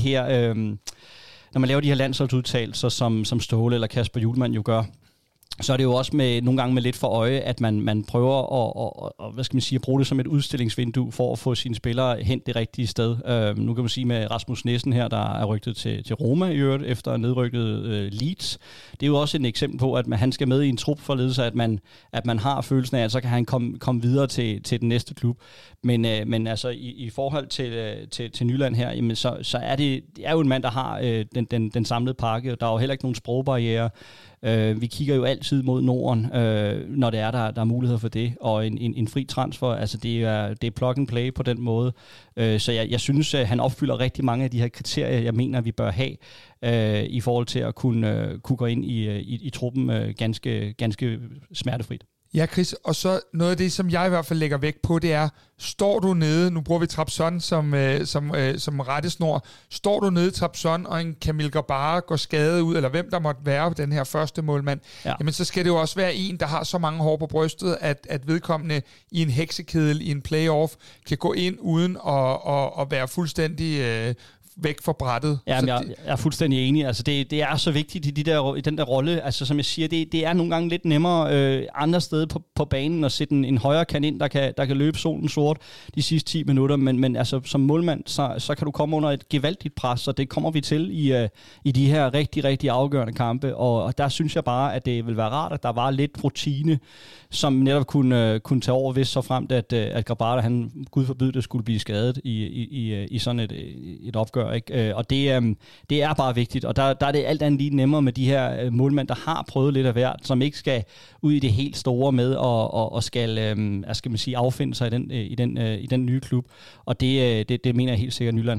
her landsholdsudtalelser, som Ståle eller Kasper Hjulmand jo gør, så er det jo også nogle gange med lidt for øje, at man prøver at bruge det som et udstillingsvindue for at få sine spillere hen det rigtige sted. Nu kan man sige med Rasmus Nissen her, der er rygtet til Roma i øvrigt efter nedrykket Leeds. Det er jo også et eksempel på, at han skal med i en trup forledes, at man har følelsen af, at så kan han komme videre til den næste klub. Men altså i forhold til Nyland her, jamen, så er det er jo en mand, der har den samlede pakke. Der er jo heller ikke nogen sprogbarriere. Vi kigger jo altid mod Norden, når det er, der er muligheder for det, og en fri transfer, altså det er plug and play på den måde. Så jeg synes, at han opfylder rigtig mange af de her kriterier, jeg mener, vi bør have, i forhold til at kunne gå ind i truppen ganske smertefrit. Ja, Chris, og så noget af det, som jeg i hvert fald lægger vægt på, det er, står du nede, nu bruger vi Trabzon som rettesnor, står du nede i Trabzon, og en Kamil Grabara går skadet ud, eller hvem der måtte være den her første målmand, jamen så skal det jo også være en, der har så mange hår på brystet, at vedkommende i en heksekedel, i en playoff, kan gå ind uden at være fuldstændig væk fra brættet. Ja, jeg er fuldstændig enig. Altså det er så vigtigt i den der rolle. Altså som jeg siger, det er nogle gange lidt nemmere andre steder på banen at sætte en højre kant ind, der kan løbe solen sort de sidste 10 minutter. Men altså som målmand, så kan du komme under et gevaldigt pres, og det kommer vi til i de her rigtig, rigtig afgørende kampe. Og der synes jeg bare, at det vil være rart, at der var lidt rutine, som netop kunne tage over, hvis så fremt, at Grabara, han gud forbyde det, skulle blive skadet i sådan et opgør. Ikke? Og det er bare vigtigt, og der er det alt andet lige nemmere med de her målmænd, der har prøvet lidt af hvert, som ikke skal ud i det helt store med og skal affinde sig i den nye klub. Og det mener jeg helt sikkert, Nyland,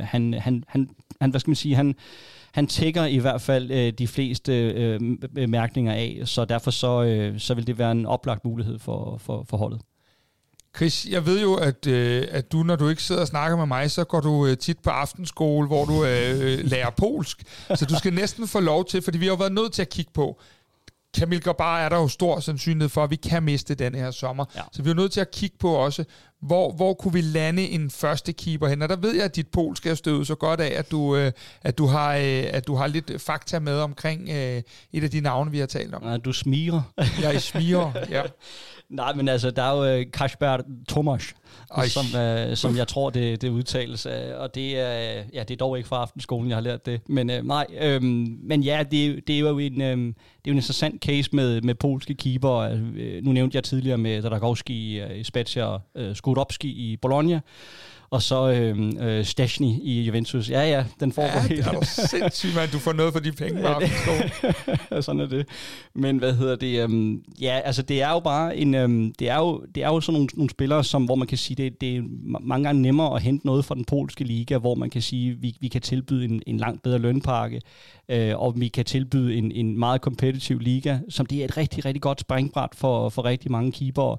han hvad skal man sige, han tækker i hvert fald de fleste mærkninger af, så derfor så vil det være en oplagt mulighed for holdet. Chris, jeg ved jo, at du, når du ikke sidder og snakker med mig, så går du tit på aftenskole, hvor du lærer polsk. Så du skal næsten få lov til, fordi vi har jo været nødt til at kigge på. Kamil Grabara er der jo stor sandsynlighed for, at vi kan miste den her sommer. Ja. Så vi er nødt til at kigge på også, hvor kunne vi lande en første keeper hen. Og der ved jeg, at dit polsk er støvet så godt af, at du har lidt fakta med omkring et af de navne, vi har talt om. Ja, du smiger. Jeg smiger, ja. Nej, men altså, der er jo Kasper Tomasz, som jeg tror, det udtales. Og det er dog ikke fra aftenskolen, jeg har lært det. Men men ja, det er jo en interessant case med polske keeper. Nu nævnte jeg tidligere med Dragowski i Spezia og Skłodowski i Bologna. Og så Szczesny i Juventus. Ja, den foregår helt. Ja, det er jo sindssygt, at du får noget for de penge på aftenskolen. Sådan er det. Men hvad hedder det? Altså det er jo bare det er jo sådan nogle spillere, hvor man kan sige, det er mange gange nemmere at hente noget fra den polske liga, hvor man kan sige, vi kan tilbyde en langt bedre lønpakke, og vi kan tilbyde en meget kompetitiv liga, som det er et rigtig, rigtig godt springbræt for rigtig mange keepere.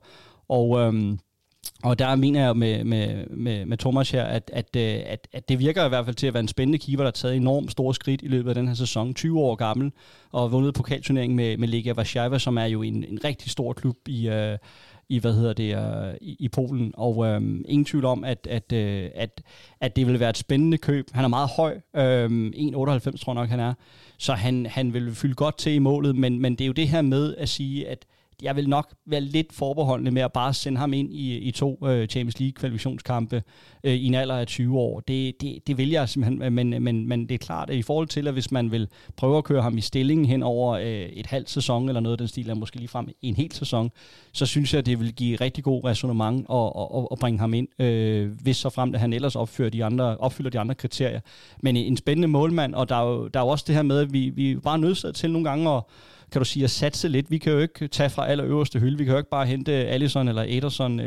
Og der mener jeg med Tomasz her, at det virker i hvert fald til at være en spændende keeper, der har taget enormt store skridt i løbet af den her sæson. 20 år gammel, og vundet pokalturneringen med Legia Warszawa, som er jo en rigtig stor klub i Polen, og ingen tvivl om, at det vil være et spændende køb. Han er meget høj, 1,98 tror jeg nok han er, så han vil fylde godt til i målet, men det er jo det her med at sige, at jeg vil nok være lidt forbeholdende med at bare sende ham ind i 2 Champions League-kvalifikationskampe i en alder af 20 år. Det vil jeg simpelthen, men det er klart, at i forhold til, at hvis man vil prøve at køre ham i stillingen hen over et halvt sæson, eller noget af den stil, eller måske ligefrem en hel sæson, så synes jeg, at det vil give rigtig god ræsonnement at bringe ham ind, hvis så frem, at han ellers opfylder de andre kriterier. Men en spændende målmand, og der er jo også det her med, at vi er bare nødsaget til nogle gange kan du sige, at satse lidt. Vi kan jo ikke tage fra allerøverste hylde. Vi kan jo ikke bare hente Alisson eller Ederson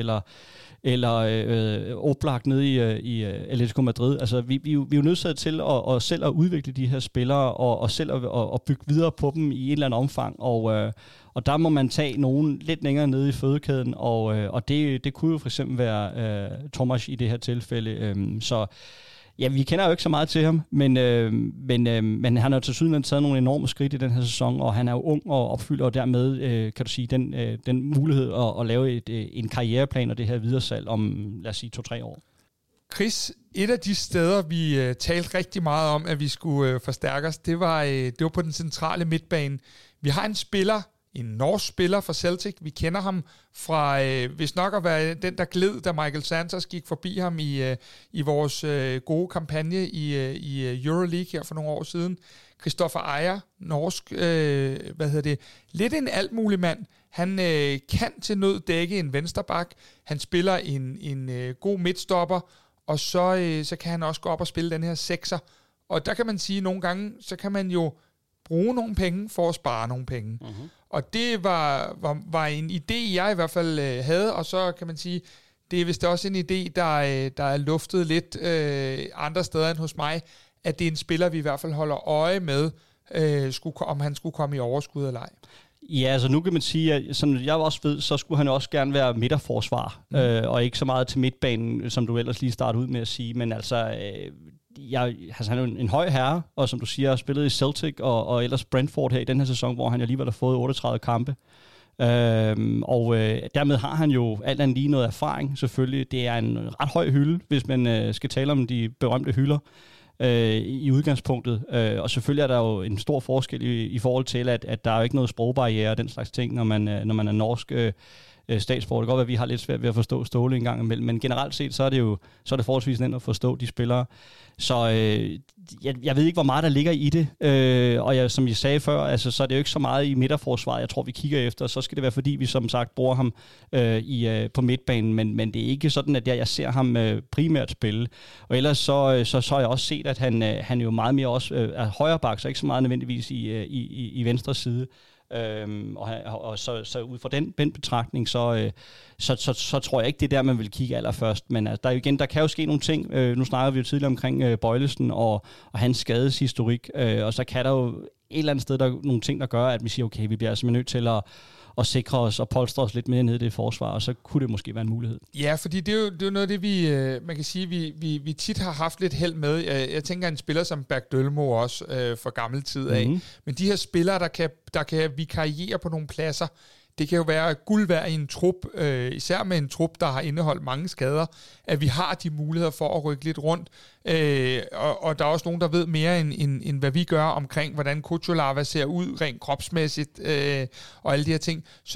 eller Oblak nede i Atletico Madrid. Altså, vi er jo nødsaget til at selv at udvikle de her spillere og selv at bygge videre på dem i et eller andet omfang. Og der må man tage nogen lidt længere nede i fødekæden, og det kunne jo for eksempel være Thomas i det her tilfælde. Så ja, vi kender jo ikke så meget til ham, men han har jo til syden taget nogle enorme skridt i den her sæson, og han er jo ung og opfylder dermed, kan du sige, den mulighed at lave en karriereplan og det her videresalg om, lad os sige, 2-3 år. Chris, et af de steder, vi talte rigtig meget om, at vi skulle forstærke os, det var på den centrale midtbane. Vi har en norsk spiller fra Celtic. Vi kender ham fra, hvis nok at være den, der gled, da Michael Santos gik forbi ham i vores gode kampagne i Euroleague her for nogle år siden. Christopher Ejer, norsk, lidt en altmulig mand. Han kan til nød dække en vensterbak. Han spiller en god midtstopper, og så kan han også gå op og spille den her sekser. Og der kan man sige, at nogle gange, så kan man jo bruge nogle penge for at spare nogle penge. Uh-huh. Og det var en idé, jeg i hvert fald havde, og så kan man sige, det er vist også en idé, der er luftet lidt andre steder end hos mig, at det er en spiller, vi i hvert fald holder øje med, om han skulle komme i overskud eller ej. Ja, altså nu kan man sige, at som jeg også ved, så skulle han også gerne være midterforsvar, og ikke så meget til midtbanen, som du ellers lige startede ud med at sige, men altså han er jo en høj herre, og som du siger, har spillet i Celtic og ellers Brentford her i den her sæson, hvor han alligevel har fået 38 kampe. Dermed har han jo alt andet lige noget erfaring, selvfølgelig. Det er en ret høj hylde, hvis man skal tale om de berømte hylder i udgangspunktet. Og selvfølgelig er der jo en stor forskel i forhold til, at der er jo ikke noget sprogbarriere og den slags ting, når man er norsk statsborger. Det kan godt være, at vi har lidt svært ved at forstå Ståle en gang imellem, men generelt set, så er det forholdsvis nemt at forstå de spillere. Så jeg ved ikke, hvor meget der ligger i det, og som jeg sagde før, altså, så er det jo ikke så meget i midterforsvaret, jeg tror, vi kigger efter. Så skal det være, fordi vi som sagt bruger ham på midtbanen, men det er ikke sådan, at jeg ser ham primært spille. Og ellers så har jeg også set, at han jo meget mere også er højre bak, så ikke så meget nødvendigvis i venstre side. Og så ud fra den betragtning, så tror jeg ikke, det er der, man vil kigge allerførst. Men altså, der kan jo ske nogle ting. Nu snakker vi jo tidligere omkring Bøjlesen og hans skadeshistorik, og så kan der jo et eller andet sted, der er nogle ting, der gør, at vi siger, okay, vi bliver simpelthen nødt til at sikre os og polstre os lidt mere ned i det forsvar, og så kunne det måske være en mulighed. Ja, fordi det er jo noget af det, man kan sige, vi tit har haft lidt held med. Jeg tænker en spiller som Berg Dølmo også for gammel tid af. Mm-hmm. Men de her spillere, der kan vikariere på nogle pladser, det kan jo være guld værd i en trup, især med en trup, der har indeholdt mange skader, at vi har de muligheder for at rykke lidt rundt. Og der er også nogen, der ved mere end hvad vi gør omkring, hvordan Kuchulava ser ud rent kropsmæssigt og alle de her ting. Så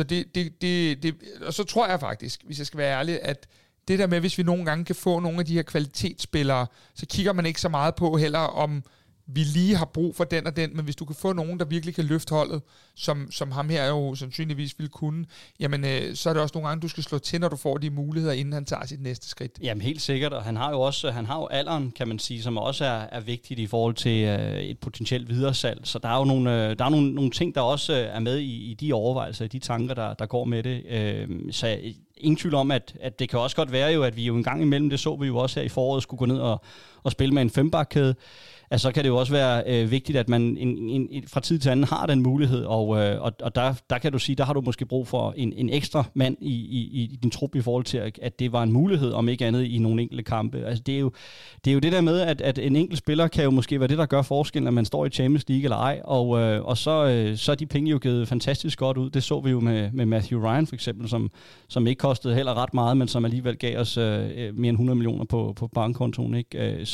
og så tror jeg faktisk, hvis jeg skal være ærlig, at det der med, hvis vi nogle gange kan få nogle af de her kvalitetsspillere, så kigger man ikke så meget på heller om vi lige har brug for den og den, men hvis du kan få nogen, der virkelig kan løfte holdet, som ham her jo sandsynligvis vil kunne, jamen så er det også nogle gange, du skal slå til, når du får de muligheder, inden han tager sit næste skridt. Jamen helt sikkert, og han har jo alderen, kan man sige, som også er vigtigt i forhold til et potentielt videresalg, så der er jo nogle ting, der også er med i de overvejelser, i de tanker, der går med det. Så ingen tvivl om, at det kan også godt være jo, at vi jo en gang imellem, det så vi jo også her i foråret, skulle gå ned og spille med en fembakkæde. Altså, så kan det jo også være vigtigt, at man fra tid til anden har den mulighed, og der kan du sige, der har du måske brug for en ekstra mand i din trup i forhold til, at det var en mulighed, om ikke andet i nogle enkelte kampe. Altså, det er jo det der med, at en enkelt spiller kan jo måske være det, der gør forskellen, når man står i Champions League eller ej, og så er de penge jo givet fantastisk godt ud. Det så vi jo med Matthew Ryan for eksempel, som ikke kostede heller ret meget, men som alligevel gav os mere end 100 millioner på bankkontoen, ikke?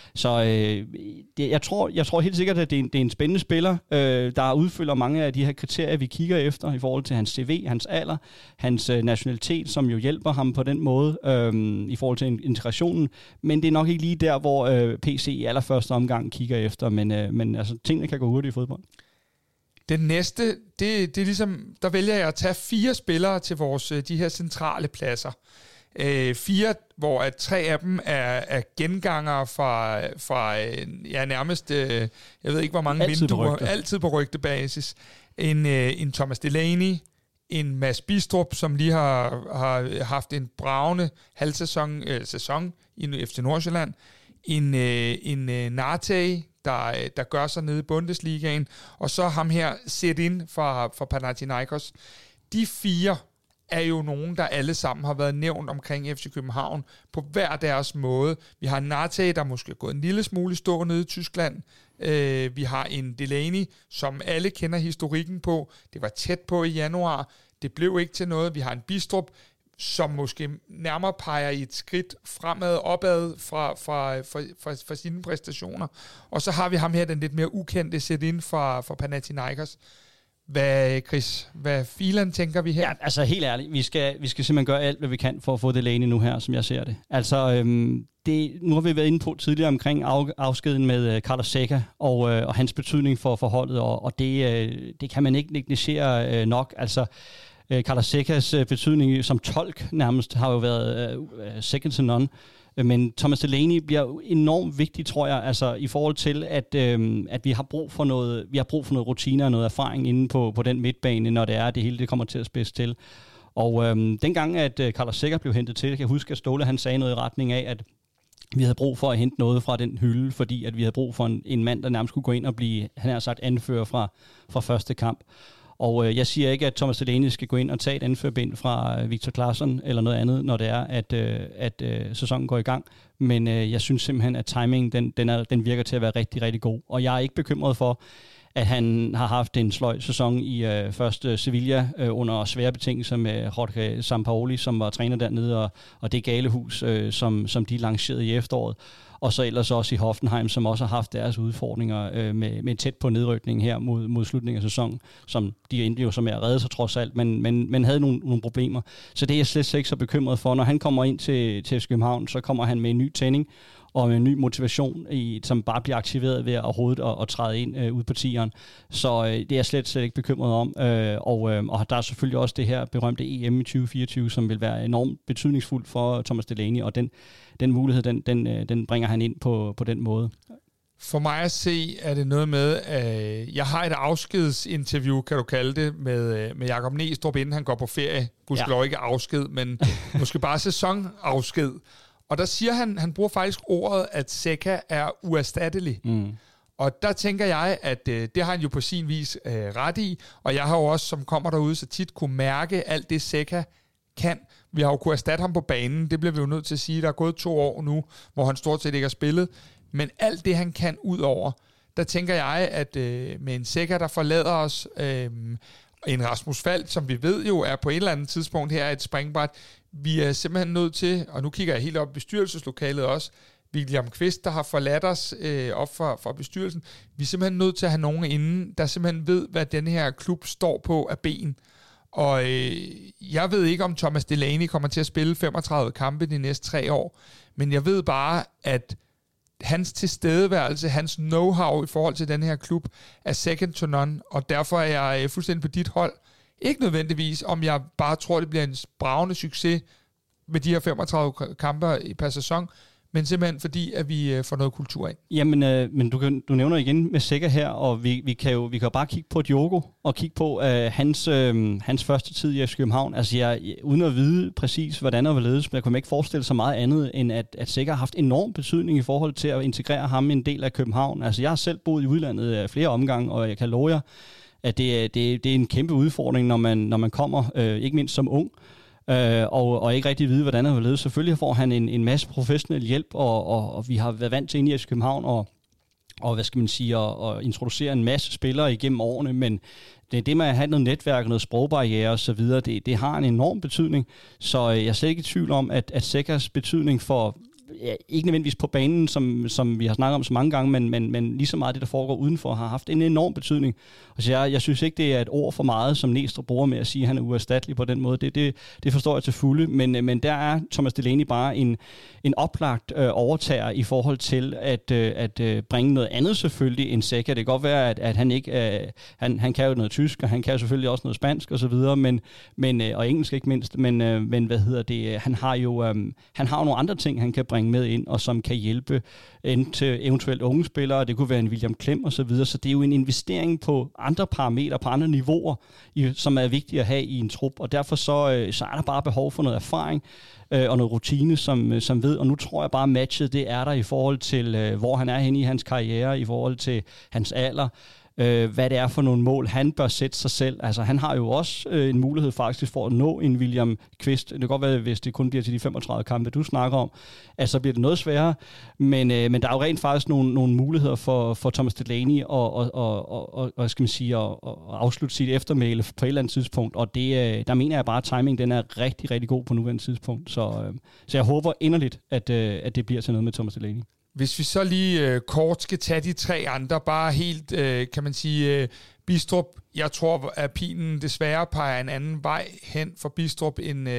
Jeg tror helt sikkert, at det er en spændende spiller, der udfylder mange af de her kriterier, vi kigger efter i forhold til hans CV, hans alder, hans nationalitet, som jo hjælper ham på den måde i forhold til integrationen. Men det er nok ikke lige der, hvor PC i allerførste omgang kigger efter, men altså, tingene kan gå hurtigt i fodbold. Den næste, det er ligesom, der vælger jeg at tage 4 spillere til vores de her centrale pladser. 4, hvor at 3 af dem er gengangere fra nærmest, jeg ved ikke hvor mange vinduer, altid på rygtebasis. En Thomas Delaney, en Mads Bistrup, som lige har haft en bragende sæson i FC Nordsjælland. En Nate, der gør sig nede i Bundesligaen, og så ham her Sedin fra Panathinaikos. De 4 er jo nogen, der alle sammen har været nævnt omkring FC København på hver deres måde. Vi har en Nate, der måske er gået en lille smule stå nede i Tyskland. Vi har en Delaney, som alle kender historikken på. Det var tæt på i januar. Det blev ikke til noget. Vi har en Bistrup, som måske nærmere peger i et skridt fremad, opad fra sine præstationer. Og så har vi ham her, den lidt mere ukendte Sedin fra Panathinaikos. Hvad filen tænker vi her? Ja, altså helt ærligt, vi skal simpelthen gøre alt, hvad vi kan for at få Delaney nu her, som jeg ser det. Altså, nu har vi været inde på tidligere omkring afskeden med Carlos Seca og hans betydning for forholdet, og det kan man ikke negligere nok. Altså, Carlos Secas betydning som tolk nærmest har jo været second to none. Men Thomas Delaney bliver enormt vigtig, tror jeg, altså i forhold til, at vi har brug for noget rutine og noget erfaring inde på den midtbane, når det hele det kommer til at spidse til. Og dengang, at Carlos Seca blev hentet til, kan jeg huske, at Ståle han sagde noget i retning af, at vi havde brug for at hente noget fra den hylde, fordi at vi havde brug for en mand, der nærmest kunne gå ind og blive, han har sagt, anfører fra første kamp. Og jeg siger ikke, at Thomas Delaney skal gå ind og tage et anførbind fra Victor Claesson eller noget andet, når det er, at sæsonen går i gang. Men jeg synes simpelthen, at timingen den virker til at være rigtig, rigtig god. Og jeg er ikke bekymret for, at han har haft en sløj sæson i først Sevilla under svære betingelser med Jorge Sampaoli, som var træner dernede, og det galehus, som de lancerede i efteråret. Og så ellers også i Hoffenheim, som også har haft deres udfordringer med tæt på nedrykning her mod slutningen af sæsonen, som de endte jo som er reddet sig trods alt, men havde nogle problemer. Så det er jeg slet ikke så bekymret for. Når han kommer ind til FC København, så kommer han med en ny tænding og med en ny motivation, som bare bliver aktiveret ved overhovedet at træde ind ud på tieren. Så det er jeg slet ikke bekymret om. Og der er selvfølgelig også det her berømte EM i 2024, som vil være enormt betydningsfuldt for Thomas Delaney, og den mulighed, den bringer han ind på den måde. For mig at se, er det noget med, at jeg har et afskedsinterview, kan du kalde det, med Jakob Næstrup, inden han går på ferie. Gudskelov ikke afsked, men måske bare sæsonafsked. Og der siger han bruger faktisk ordet, at Seca er uerstattelig. Mm. Og der tænker jeg, at det har han jo på sin vis ret i, og jeg har jo også, som kommer derude, så tit kunne mærke alt det Seca kan. Vi har jo kunnet erstatte ham på banen, det bliver vi jo nødt til at sige. Der er gået 2 år nu, hvor han stort set ikke har spillet. Men alt det, han kan ud over, der tænker jeg, at med en Seca, der forlader os, en Rasmus Falk, som vi ved jo er på et eller andet tidspunkt her et springbræt, vi er simpelthen nødt til, og nu kigger jeg helt op i bestyrelseslokalet også, William Kvist, der har forladt os op fra bestyrelsen. Vi er simpelthen nødt til at have nogen inden, der simpelthen ved, hvad den her klub står på af ben. Og jeg ved ikke, om Thomas Delaney kommer til at spille 35 kampe de næste 3 år, men jeg ved bare, at hans tilstedeværelse, hans know-how i forhold til den her klub, er second to none, og derfor er jeg fuldstændig på dit hold. Ikke nødvendigvis, om jeg bare tror, det bliver en bragende succes med de her 35 kampe per sæson, men simpelthen fordi, at vi får noget kultur ind. Jamen, men du nævner igen med Zeca her, og vi kan jo bare kigge på Diogo, og kigge på hans første tid i FC København. Altså, uden at vide præcis, hvordan og hvorledes, men jeg kunne ikke forestille sig meget andet, end at Zeca har haft enorm betydning i forhold til at integrere ham i en del af København. Altså, jeg har selv boet i udlandet flere omgange, og jeg kan love jer, at det er en kæmpe udfordring, når man kommer, ikke mindst som ung, og ikke rigtig vide, hvordan han vil lede. Selvfølgelig får han en masse professionel hjælp, og vi har været vant til inde i FC København, og hvad skal man sige, og introducere en masse spillere igennem årene, men det med at have noget netværk, noget sprogbarriere og så videre, det har en enorm betydning. Så jeg er slet ikke i tvivl om, at Zecas betydning for, ikke nødvendigvis på banen, som vi har snakket om så mange gange, men lige så meget det, der foregår udenfor, har haft en enorm betydning. Altså jeg synes ikke, det er et ord for meget, som Næstrup bruger med at sige, at han er uerstattelig på den måde. Det forstår jeg til fulde, men der er Thomas Delaney bare en oplagt overtager i forhold til at bringe noget andet selvfølgelig end Zeca. Det kan godt være, at han ikke han kan jo noget tysk, og han kan jo selvfølgelig også noget spansk og så videre, men og engelsk ikke mindst, men han har jo nogle andre ting, han kan bringe med ind, og som kan hjælpe til eventuelt unge spillere. Det kunne være en William Klem og så videre. Så det er jo en investering på andre parametre, på andre niveauer, som er vigtigt at have i en trup. Og derfor så er der bare behov for noget erfaring og noget rutine, som ved. Og nu tror jeg bare, matchet det er der i forhold til, hvor han er henne i hans karriere, i forhold til hans alder, hvad det er for nogle mål, han bør sætte sig selv. Altså, han har jo også en mulighed faktisk for at nå en William Kvist. Det kan godt være, hvis det kun bliver til de 35 kampe, du snakker om, at så bliver det noget sværere. Men der er jo rent faktisk nogle muligheder for Thomas Delaney og skal man sige, at afslutte sit eftermæle på et eller andet tidspunkt. Og der mener jeg bare, at timing den er rigtig, rigtig god på nuværende tidspunkt. Så jeg håber inderligt, at det bliver til noget med Thomas Delaney. Hvis vi så lige kort skal tage de tre andre, bare helt, kan man sige, Bidstrup. Jeg tror, at pilen desværre peger en anden vej hen for Bidstrup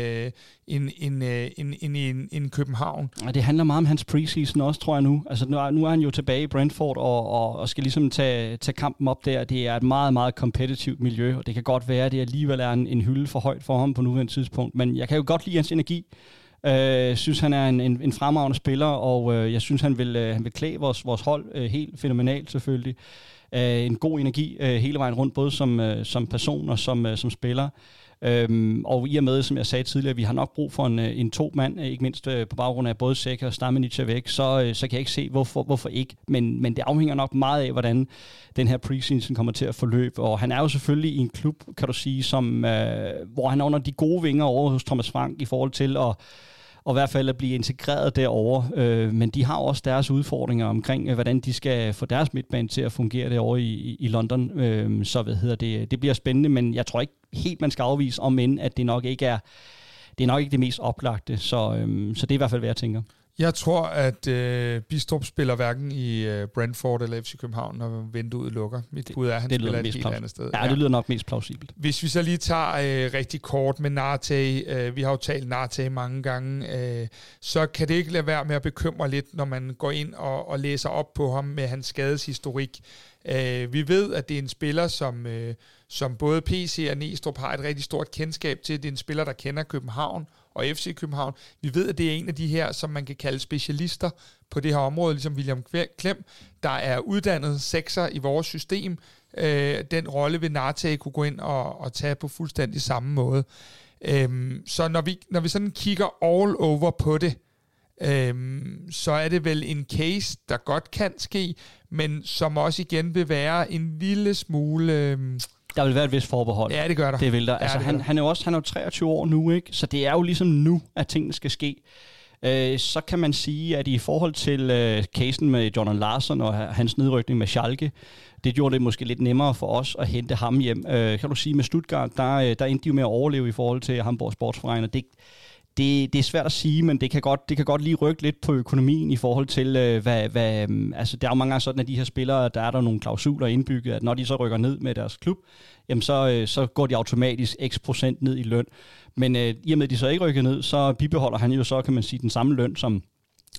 end København. Og det handler meget om hans preseason også, tror jeg nu. Altså nu er han jo tilbage i Brentford og skal ligesom tage kampen op der. Det er et meget, meget kompetitivt miljø, og det kan godt være, at det alligevel er en hylde for højt for ham på nuværende tidspunkt. Men jeg kan jo godt lide hans energi. Jeg synes, han er en fremragende spiller, og jeg synes, han vil klæde vores hold helt fænomenalt selvfølgelig. En god energi hele vejen rundt, både som person og som spiller. Og i og med, som jeg sagde tidligere, vi har nok brug for en to-mand, ikke mindst på baggrund af både Zeca og Stamenic er væk, så kan jeg ikke se, hvorfor ikke. Men det afhænger nok meget af, hvordan den her preseason kommer til at forløbe. Og han er jo selvfølgelig i en klub, kan du sige, hvor han er under de gode vinger over hos Thomas Frank i forhold til og i hvert fald at blive integreret derovre. Men de har også deres udfordringer omkring, hvordan de skal få deres midtbane til at fungere derovre i London. Så det bliver spændende, men jeg tror ikke helt, man skal afvise om end, at det nok ikke er det mest oplagte. Så det er i hvert fald, hvad jeg tænker. Jeg tror, at Bidstrup spiller hverken i Brentford eller FC København, når vinduet lukker. Mit bud er, at han spiller et helt andet sted. Ja, det lyder nok mest plausibelt. Hvis vi så lige tager rigtig kort med Nartey, vi har jo talt Nartey mange gange, så kan det ikke lade være med at bekymre lidt, når man går ind og læser op på ham med hans skadeshistorik. Vi ved, at det er en spiller, som både PC og Næstrup har et rigtig stort kendskab til. Det er en spiller, der kender København og FC København. Vi ved, at det er en af de her, som man kan kalde specialister på det her område, ligesom William Klem, der er uddannet sekser i vores system. Den rolle vil Nartey kunne gå ind og tage på fuldstændig samme måde. Så når vi sådan kigger all over på det, så er det vel en case, der godt kan ske, men som også igen vil være en lille smule... Der vil være et vist forbehold. Ja, det gør der. Det vil der. Altså, han er jo 23 år nu, ikke? Så det er jo ligesom nu, at tingene skal ske. Så kan man sige, at i forhold til casen med Jonathan Larsson og hans nedrykning med Schalke, det gjorde det måske lidt nemmere for os at hente ham hjem. Kan du sige, med Stuttgart, der endte de jo med at overleve i forhold til Hamburg Sportsverein, og det er svært at sige, men det kan godt lige rykke lidt på økonomien i forhold til, altså der er jo mange gange sådan, at de her spillere, der er der nogle klausuler indbygget, at når de så rykker ned med deres klub, jamen så går de automatisk x procent ned i løn. Men i og med, at de så ikke rykker ned, så bibeholder han jo så, kan man sige, den samme løn,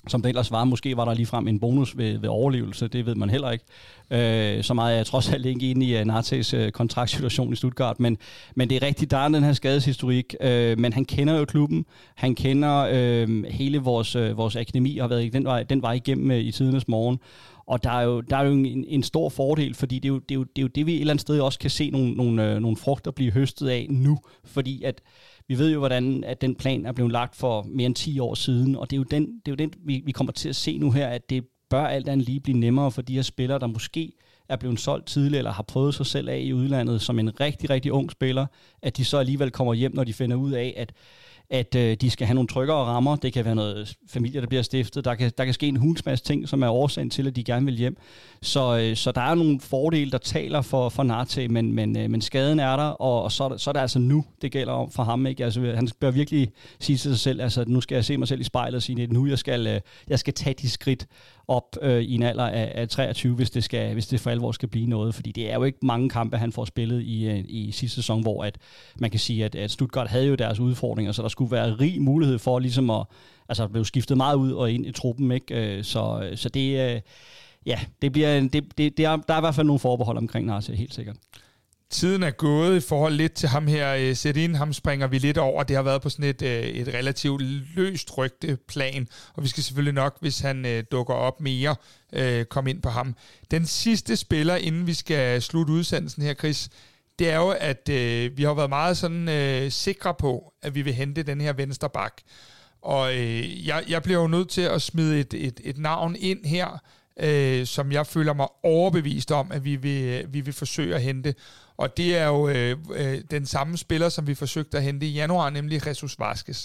som det ellers var. Måske var der ligefrem en bonus ved overlevelse, det ved man heller ikke. Så meget er jeg trods alt ikke inde i Nates kontraktsituation i Stuttgart, men det er rigtigt, der er den her skadeshistorik, men han kender jo klubben, han kender hele vores akademi, og har været den vej igennem i tidernes morgen, og der er jo en stor fordel, fordi det er jo det, vi et eller andet sted også kan se nogle frugter blive høstet af nu, fordi at vi ved jo, hvordan at den plan er blevet lagt for mere end 10 år siden, og det er jo den vi kommer til at se nu her, at det bør alt andet lige blive nemmere for de her spillere, der måske er blevet solgt tidligere, eller har prøvet sig selv af i udlandet som en rigtig, rigtig ung spiller, at de så alligevel kommer hjem, når de finder ud af, at de skal have nogle tryggere rammer. Det kan være noget familie, der bliver stiftet. Der kan ske en hulens masse ting, som er årsagen til, at de gerne vil hjem. Så der er nogle fordele, der taler for Nate, men skaden er der, og så er det altså nu, det gælder om for ham. Ikke? Altså, han bør virkelig sige til sig selv, altså, nu skal jeg se mig selv i spejlet og sige, at nu jeg skal tage de skridt op i en alder af 23, hvis det for alvor skal blive noget. Fordi det er jo ikke mange kampe, han får spillet i sidste sæson, hvor at man kan sige, at Stuttgart havde jo deres udfordringer, så der skulle være rig mulighed for ligesom at blive skiftet meget ud og ind i truppen. Ikke? Så det, det bliver der er i hvert fald nogle forbehold omkring Nate, helt sikkert. Tiden er gået i forhold lidt til ham her, Sedin, ham springer vi lidt over. Det har været på sådan et relativt løst rygteplan, og vi skal selvfølgelig nok, hvis han dukker op mere, komme ind på ham. Den sidste spiller, inden vi skal slutte udsendelsen her, Chris, det er jo, at vi har været meget sådan sikre på, at vi vil hente den her venstre bak. Og jeg bliver jo nødt til at smide et navn ind her, som jeg føler mig overbevist om, at vi vil forsøge at hente. Og det er jo den samme spiller, som vi forsøgte at hente i januar, nemlig Jesus Vázquez.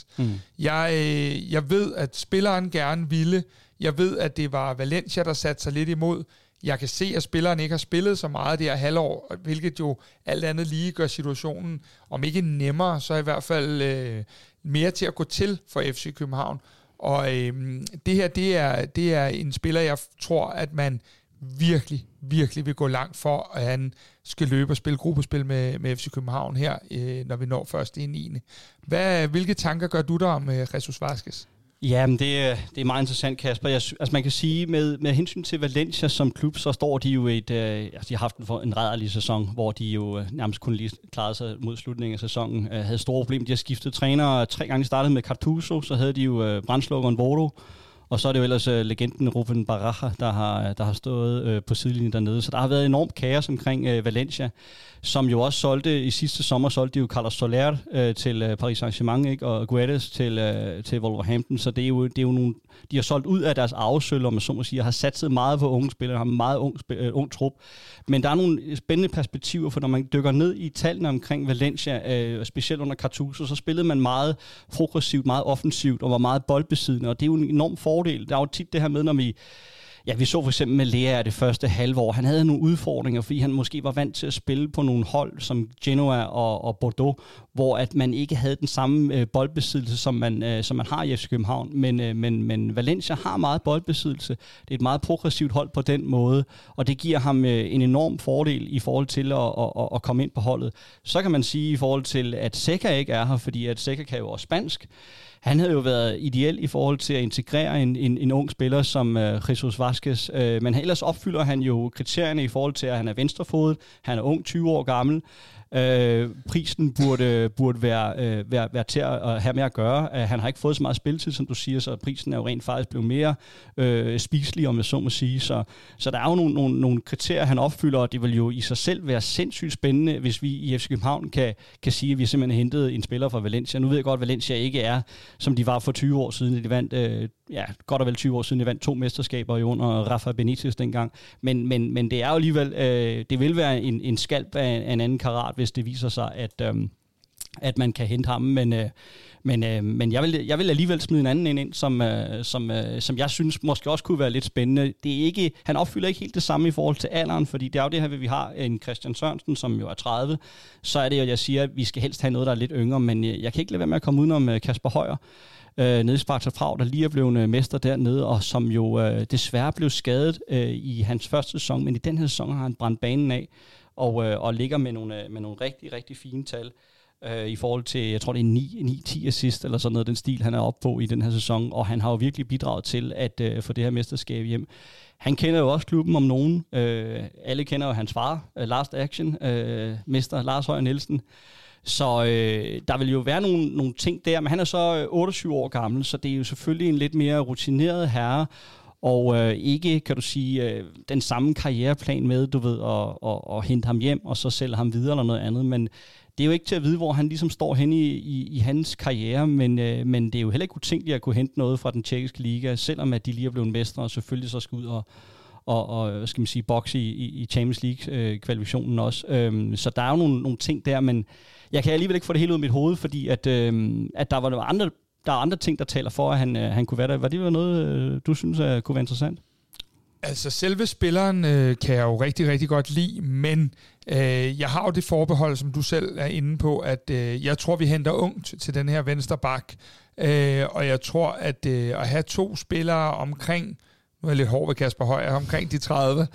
Jeg ved, at spilleren gerne ville. Jeg ved, at det var Valencia, der satte sig lidt imod. Jeg kan se, at spilleren ikke har spillet så meget det her halvår, hvilket jo alt andet lige gør situationen, om ikke nemmere, så i hvert fald mere til at gå til for FC København. Og det her, det er en spiller, jeg tror, at man virkelig, virkelig vil gå langt for, at han skal løbe og spille gruppespil med FC København her, når vi når først i 9. Hvilke tanker gør du der om Jesus Vázquez? Jamen, det er meget interessant, Kasper. Man kan sige, med hensyn til Valencia som klub, så står de jo de har haft en rædderlig sæson, hvor de jo nærmest kun lige klarede sig mod slutningen af sæsonen. Havde store problemer. De har skiftet træner 3 gange. De startede med Cartuso, så havde de jo brandslukkeren Vodo, og så er det jo ellers legenden Ruben Baraja, der har stået på sidelinjen dernede. Så der har været enormt kaos omkring Valencia, som jo også solgte i sidste sommer, solgte de jo Carlos Soler til Paris Saint-Germain, ikke? Og Guedes til Wolverhampton. Så det er jo nogle, de har solgt ud af deres arvesølv, om man så må sige, og har satset meget på unge spillere, har en meget ung trup. Men der er nogle spændende perspektiver, for når man dykker ned i tallene omkring Valencia, specielt under Cartuso, så spillede man meget progressivt, meget offensivt og var meget boldbesiddende, og det er jo en enorm fordel. Der er jo tit det her med, når vi så for eksempel med Lea det første halvår. Han havde nogle udfordringer, fordi han måske var vant til at spille på nogle hold som Genoa og Bordeaux, hvor at man ikke havde den samme boldbesiddelse, som man har i FC København. Men Valencia har meget boldbesiddelse. Det er et meget progressivt hold på den måde, og det giver ham en enorm fordel i forhold til at komme ind på holdet. Så kan man sige i forhold til, at Seca ikke er her, fordi at Seca kan jo også spansk. Han havde jo været ideel i forhold til at integrere en ung spiller som Jesus Vázquez, men ellers opfylder han jo kriterierne i forhold til, at han er venstrefodet, han er ung, 20 år gammel. Prisen burde være til at have med at gøre. Han har ikke fået så meget spilletid, som du siger, så prisen er jo rent faktisk blevet mere spiselig, om jeg så må sige. Så der er jo nogle kriterier, han opfylder, og det vil jo i sig selv være sindssygt spændende, hvis vi i FC København kan sige, at vi simpelthen har hentet en spiller fra Valencia. Nu ved jeg godt, at Valencia ikke er, som de var for 20 år siden. De vandt godt og vel 20 år siden, de vandt 2 mesterskaber under Rafa Benitez dengang. Men det er jo alligevel, det vil være en skalp af en anden karat, hvis det viser sig, at man kan hente ham. Men jeg vil alligevel smide en anden ind, som jeg synes måske også kunne være lidt spændende. Det er ikke, han opfylder ikke helt det samme i forhold til alderen, fordi det er jo det her, vi har en Christian Sørensen, som jo er 30. Så er det jo, jeg siger, at vi skal helst have noget, der er lidt yngre, men jeg kan ikke lade være med at komme udenom Kasper Højer, nede i Sparta Prag, der lige er blevet mester dernede, og som jo desværre blev skadet i hans første sæson, men i den her sæson har han brændt banen af, og ligger med nogle rigtig, rigtig fine tal. i forhold til, jeg tror det er 9-10 assist, eller sådan noget, den stil, han er oppe på i den her sæson, og han har jo virkelig bidraget til at få det her mesterskab hjem. Han kender jo også klubben om nogen. Alle kender jo hans far, Last Action, mester Lars Højer Nielsen. Så der vil jo være nogle ting der, men han er så 28 år gammel, så det er jo selvfølgelig en lidt mere rutineret herre, og ikke, kan du sige, den samme karriereplan med, du ved, at hente ham hjem, og så sælge ham videre eller noget andet, men det er jo ikke til at vide, hvor han ligesom står hen i hans karriere, men det er jo heller ikke utænkeligt at kunne hente noget fra den tjekkiske liga, selvom at de lige er blevet mestre, og selvfølgelig så skal ud og hvad skal man sige, bokse i Champions League-kvalifikationen også. Så der er jo nogle ting der, men jeg kan alligevel ikke få det hele ud af mit hoved, fordi at der er andre ting, der taler for, at han kunne være der. Var det noget, du synes kunne være interessant? Altså selve spilleren kan jeg jo rigtig, rigtig godt lide, men jeg har jo det forbehold, som du selv er inde på, at jeg tror, vi henter ungt til den her venstre bak, og jeg tror, at at have 2 spillere omkring, nu er jeg lidt hård ved Kasper Højer, omkring de 30,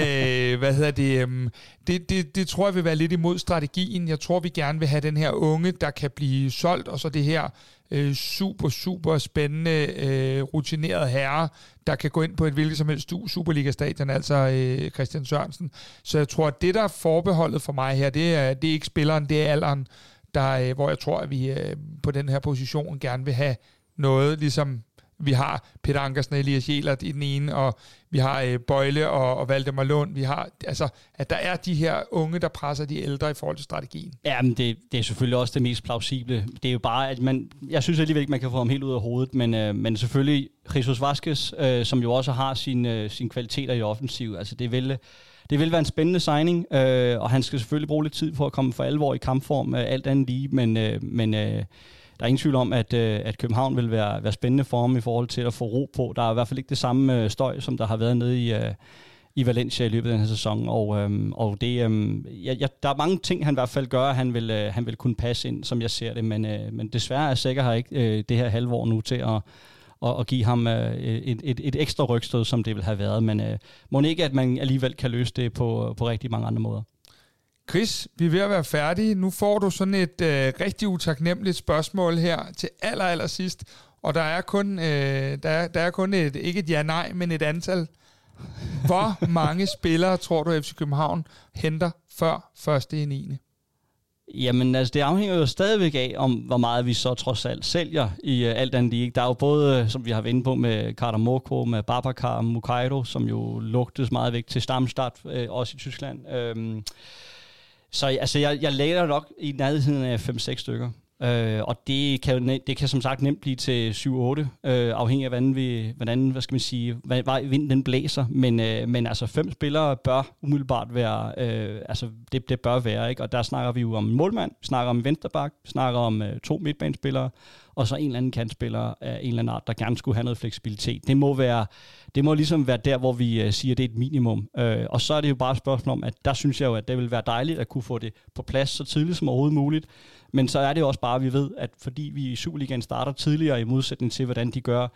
det tror jeg vil være lidt imod strategien. Jeg tror, vi gerne vil have den her unge, der kan blive solgt, og så det her super spændende, rutineret herre, der kan gå ind på et hvilket som helst Superliga-stadion, altså Christian Sørensen. Så jeg tror, at det, der er forbeholdet for mig her, det er ikke spilleren, det er alderen, hvor jeg tror, at vi på den her position gerne vil have noget, ligesom vi har Peter Ankersen og Elias Jelert i den ene, og vi har Bøjle og Valdemar Lund. Vi har, altså, at der er de her unge, der presser de ældre i forhold til strategien. Ja, men det er selvfølgelig også det mest plausible. Det er jo bare, at jeg synes alligevel ikke, man kan få ham helt ud af hovedet, men selvfølgelig Jesus Vazquez, som jo også har sine kvaliteter i offensiv. Altså det vil være en spændende signing, og han skal selvfølgelig bruge lidt tid på at komme for alvor i kampform, alt andet lige, men der er ingen tvivl om, at København vil være spændende for ham i forhold til at få ro på. Der er i hvert fald ikke det samme støj, som der har været nede i Valencia i løbet af den her sæson. Og det, der er mange ting, han i hvert fald gør, at han vil kunne passe ind, som jeg ser det. Men desværre er Sækker her ikke det her halvår nu til at give ham et ekstra rygstød, som det vil have været. Men må ikke, at man alligevel kan løse det på rigtig mange andre måder. Chris, vi er ved at være færdige. Nu får du sådan et rigtig utaknemmeligt spørgsmål her til aller sidst, og der er kun ikke et ja-nej, men et antal. Hvor mange spillere tror du, FC København henter før 1.9.? Jamen, altså, det afhænger jo stadigvæk af, om hvor meget vi så trods alt sælger i alt andet lige. Der er jo både, som vi har været inde på, med Carter Moko, med Babacar, Mukaido, som jo lugtes meget væk til Stamstad, også i Tyskland. Så altså, jeg lægger nok i nærheden af 5-6 stykker. Og det kan som sagt nemt blive til 7-8, afhængig af hvordan hvad skal man sige, hvad vinden den blæser. Men altså 5 spillere bør umiddelbart være, altså det bør være, ikke? Og der snakker vi jo om en målmand, vi snakker om en venstreback, vi snakker om 2 midtbanespillere, og så en eller anden kantspiller af en eller anden art, der gerne skulle have noget fleksibilitet. Det må ligesom være der, hvor vi siger, at det er et minimum. Og så er det jo bare et spørgsmål om, at der synes jeg jo, at det vil være dejligt at kunne få det på plads så tidligt som overhovedet muligt. Men så er det jo også bare, at vi ved, at fordi vi i Superligaen starter tidligere i modsætning til, hvordan de gør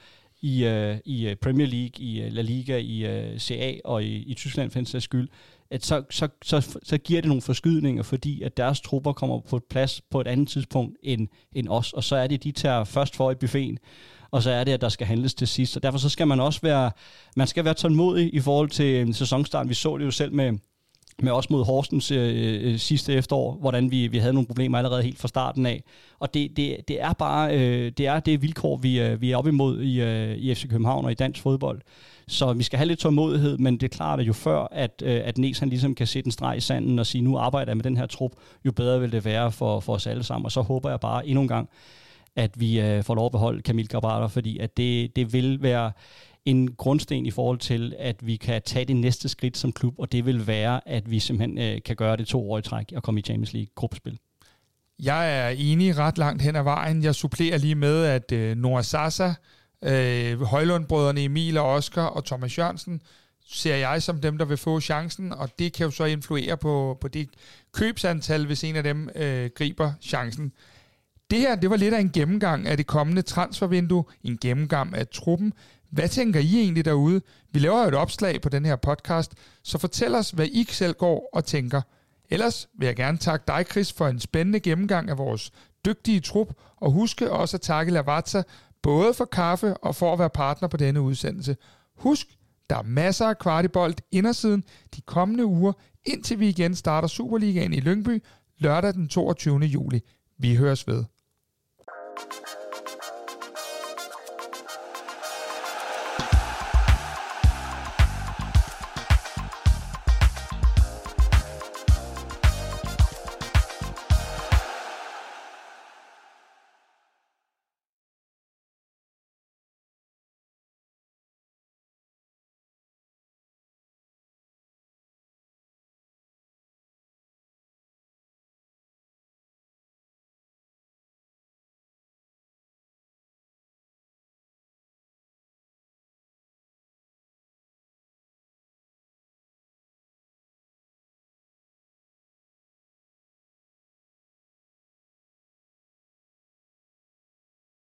i Premier League, i La Liga, i CA og i Tyskland for en sags skyld, at så giver det nogle forskydninger, fordi at deres trupper kommer på plads på et andet tidspunkt end os, og så er det, de tager først for i buffeten, og så er det, at der skal handles til sidst. Og derfor så skal man også være tålmodig i forhold til sæsonstarten. Vi så det jo selv med os mod Horsens sidste efterår, hvordan vi havde nogle problemer allerede helt fra starten af. Og det er bare det vilkår, vi er op imod i FC København og i dansk fodbold. Så vi skal have lidt tålmodighed, men det er klart, at jo før, at Nes han ligesom kan sætte en streg i sanden og sige, nu arbejder jeg med den her trup, jo bedre vil det være for os alle sammen. Og så håber jeg bare endnu en gang, at vi får lov at beholde Kamil Grabater, fordi at det vil være en grundsten i forhold til, at vi kan tage det næste skridt som klub, og det vil være, at vi simpelthen kan gøre det 2 år i træk og komme i Champions League gruppespil. Jeg er enig ret langt hen ad vejen. Jeg supplerer lige med, at Noah Sasa, Højlund-brødrene Emil og Oscar og Thomas Jørgensen ser jeg som dem, der vil få chancen, og det kan jo så influere på det købsantal, hvis en af dem griber chancen. Det her, det var lidt af en gennemgang af det kommende transfervindue, en gennemgang af truppen. Hvad tænker I egentlig derude? Vi laver jo et opslag på den her podcast, så fortæl os, hvad I selv går og tænker. Ellers vil jeg gerne takke dig, Chris, for en spændende gennemgang af vores dygtige trup, og huske også at takke Lavazza både for kaffe og for at være partner på denne udsendelse. Husk, der er masser af Kvartibold indersiden de kommende uger, indtil vi igen starter Superligaen i Lyngby lørdag den 22. juli. Vi høres ved.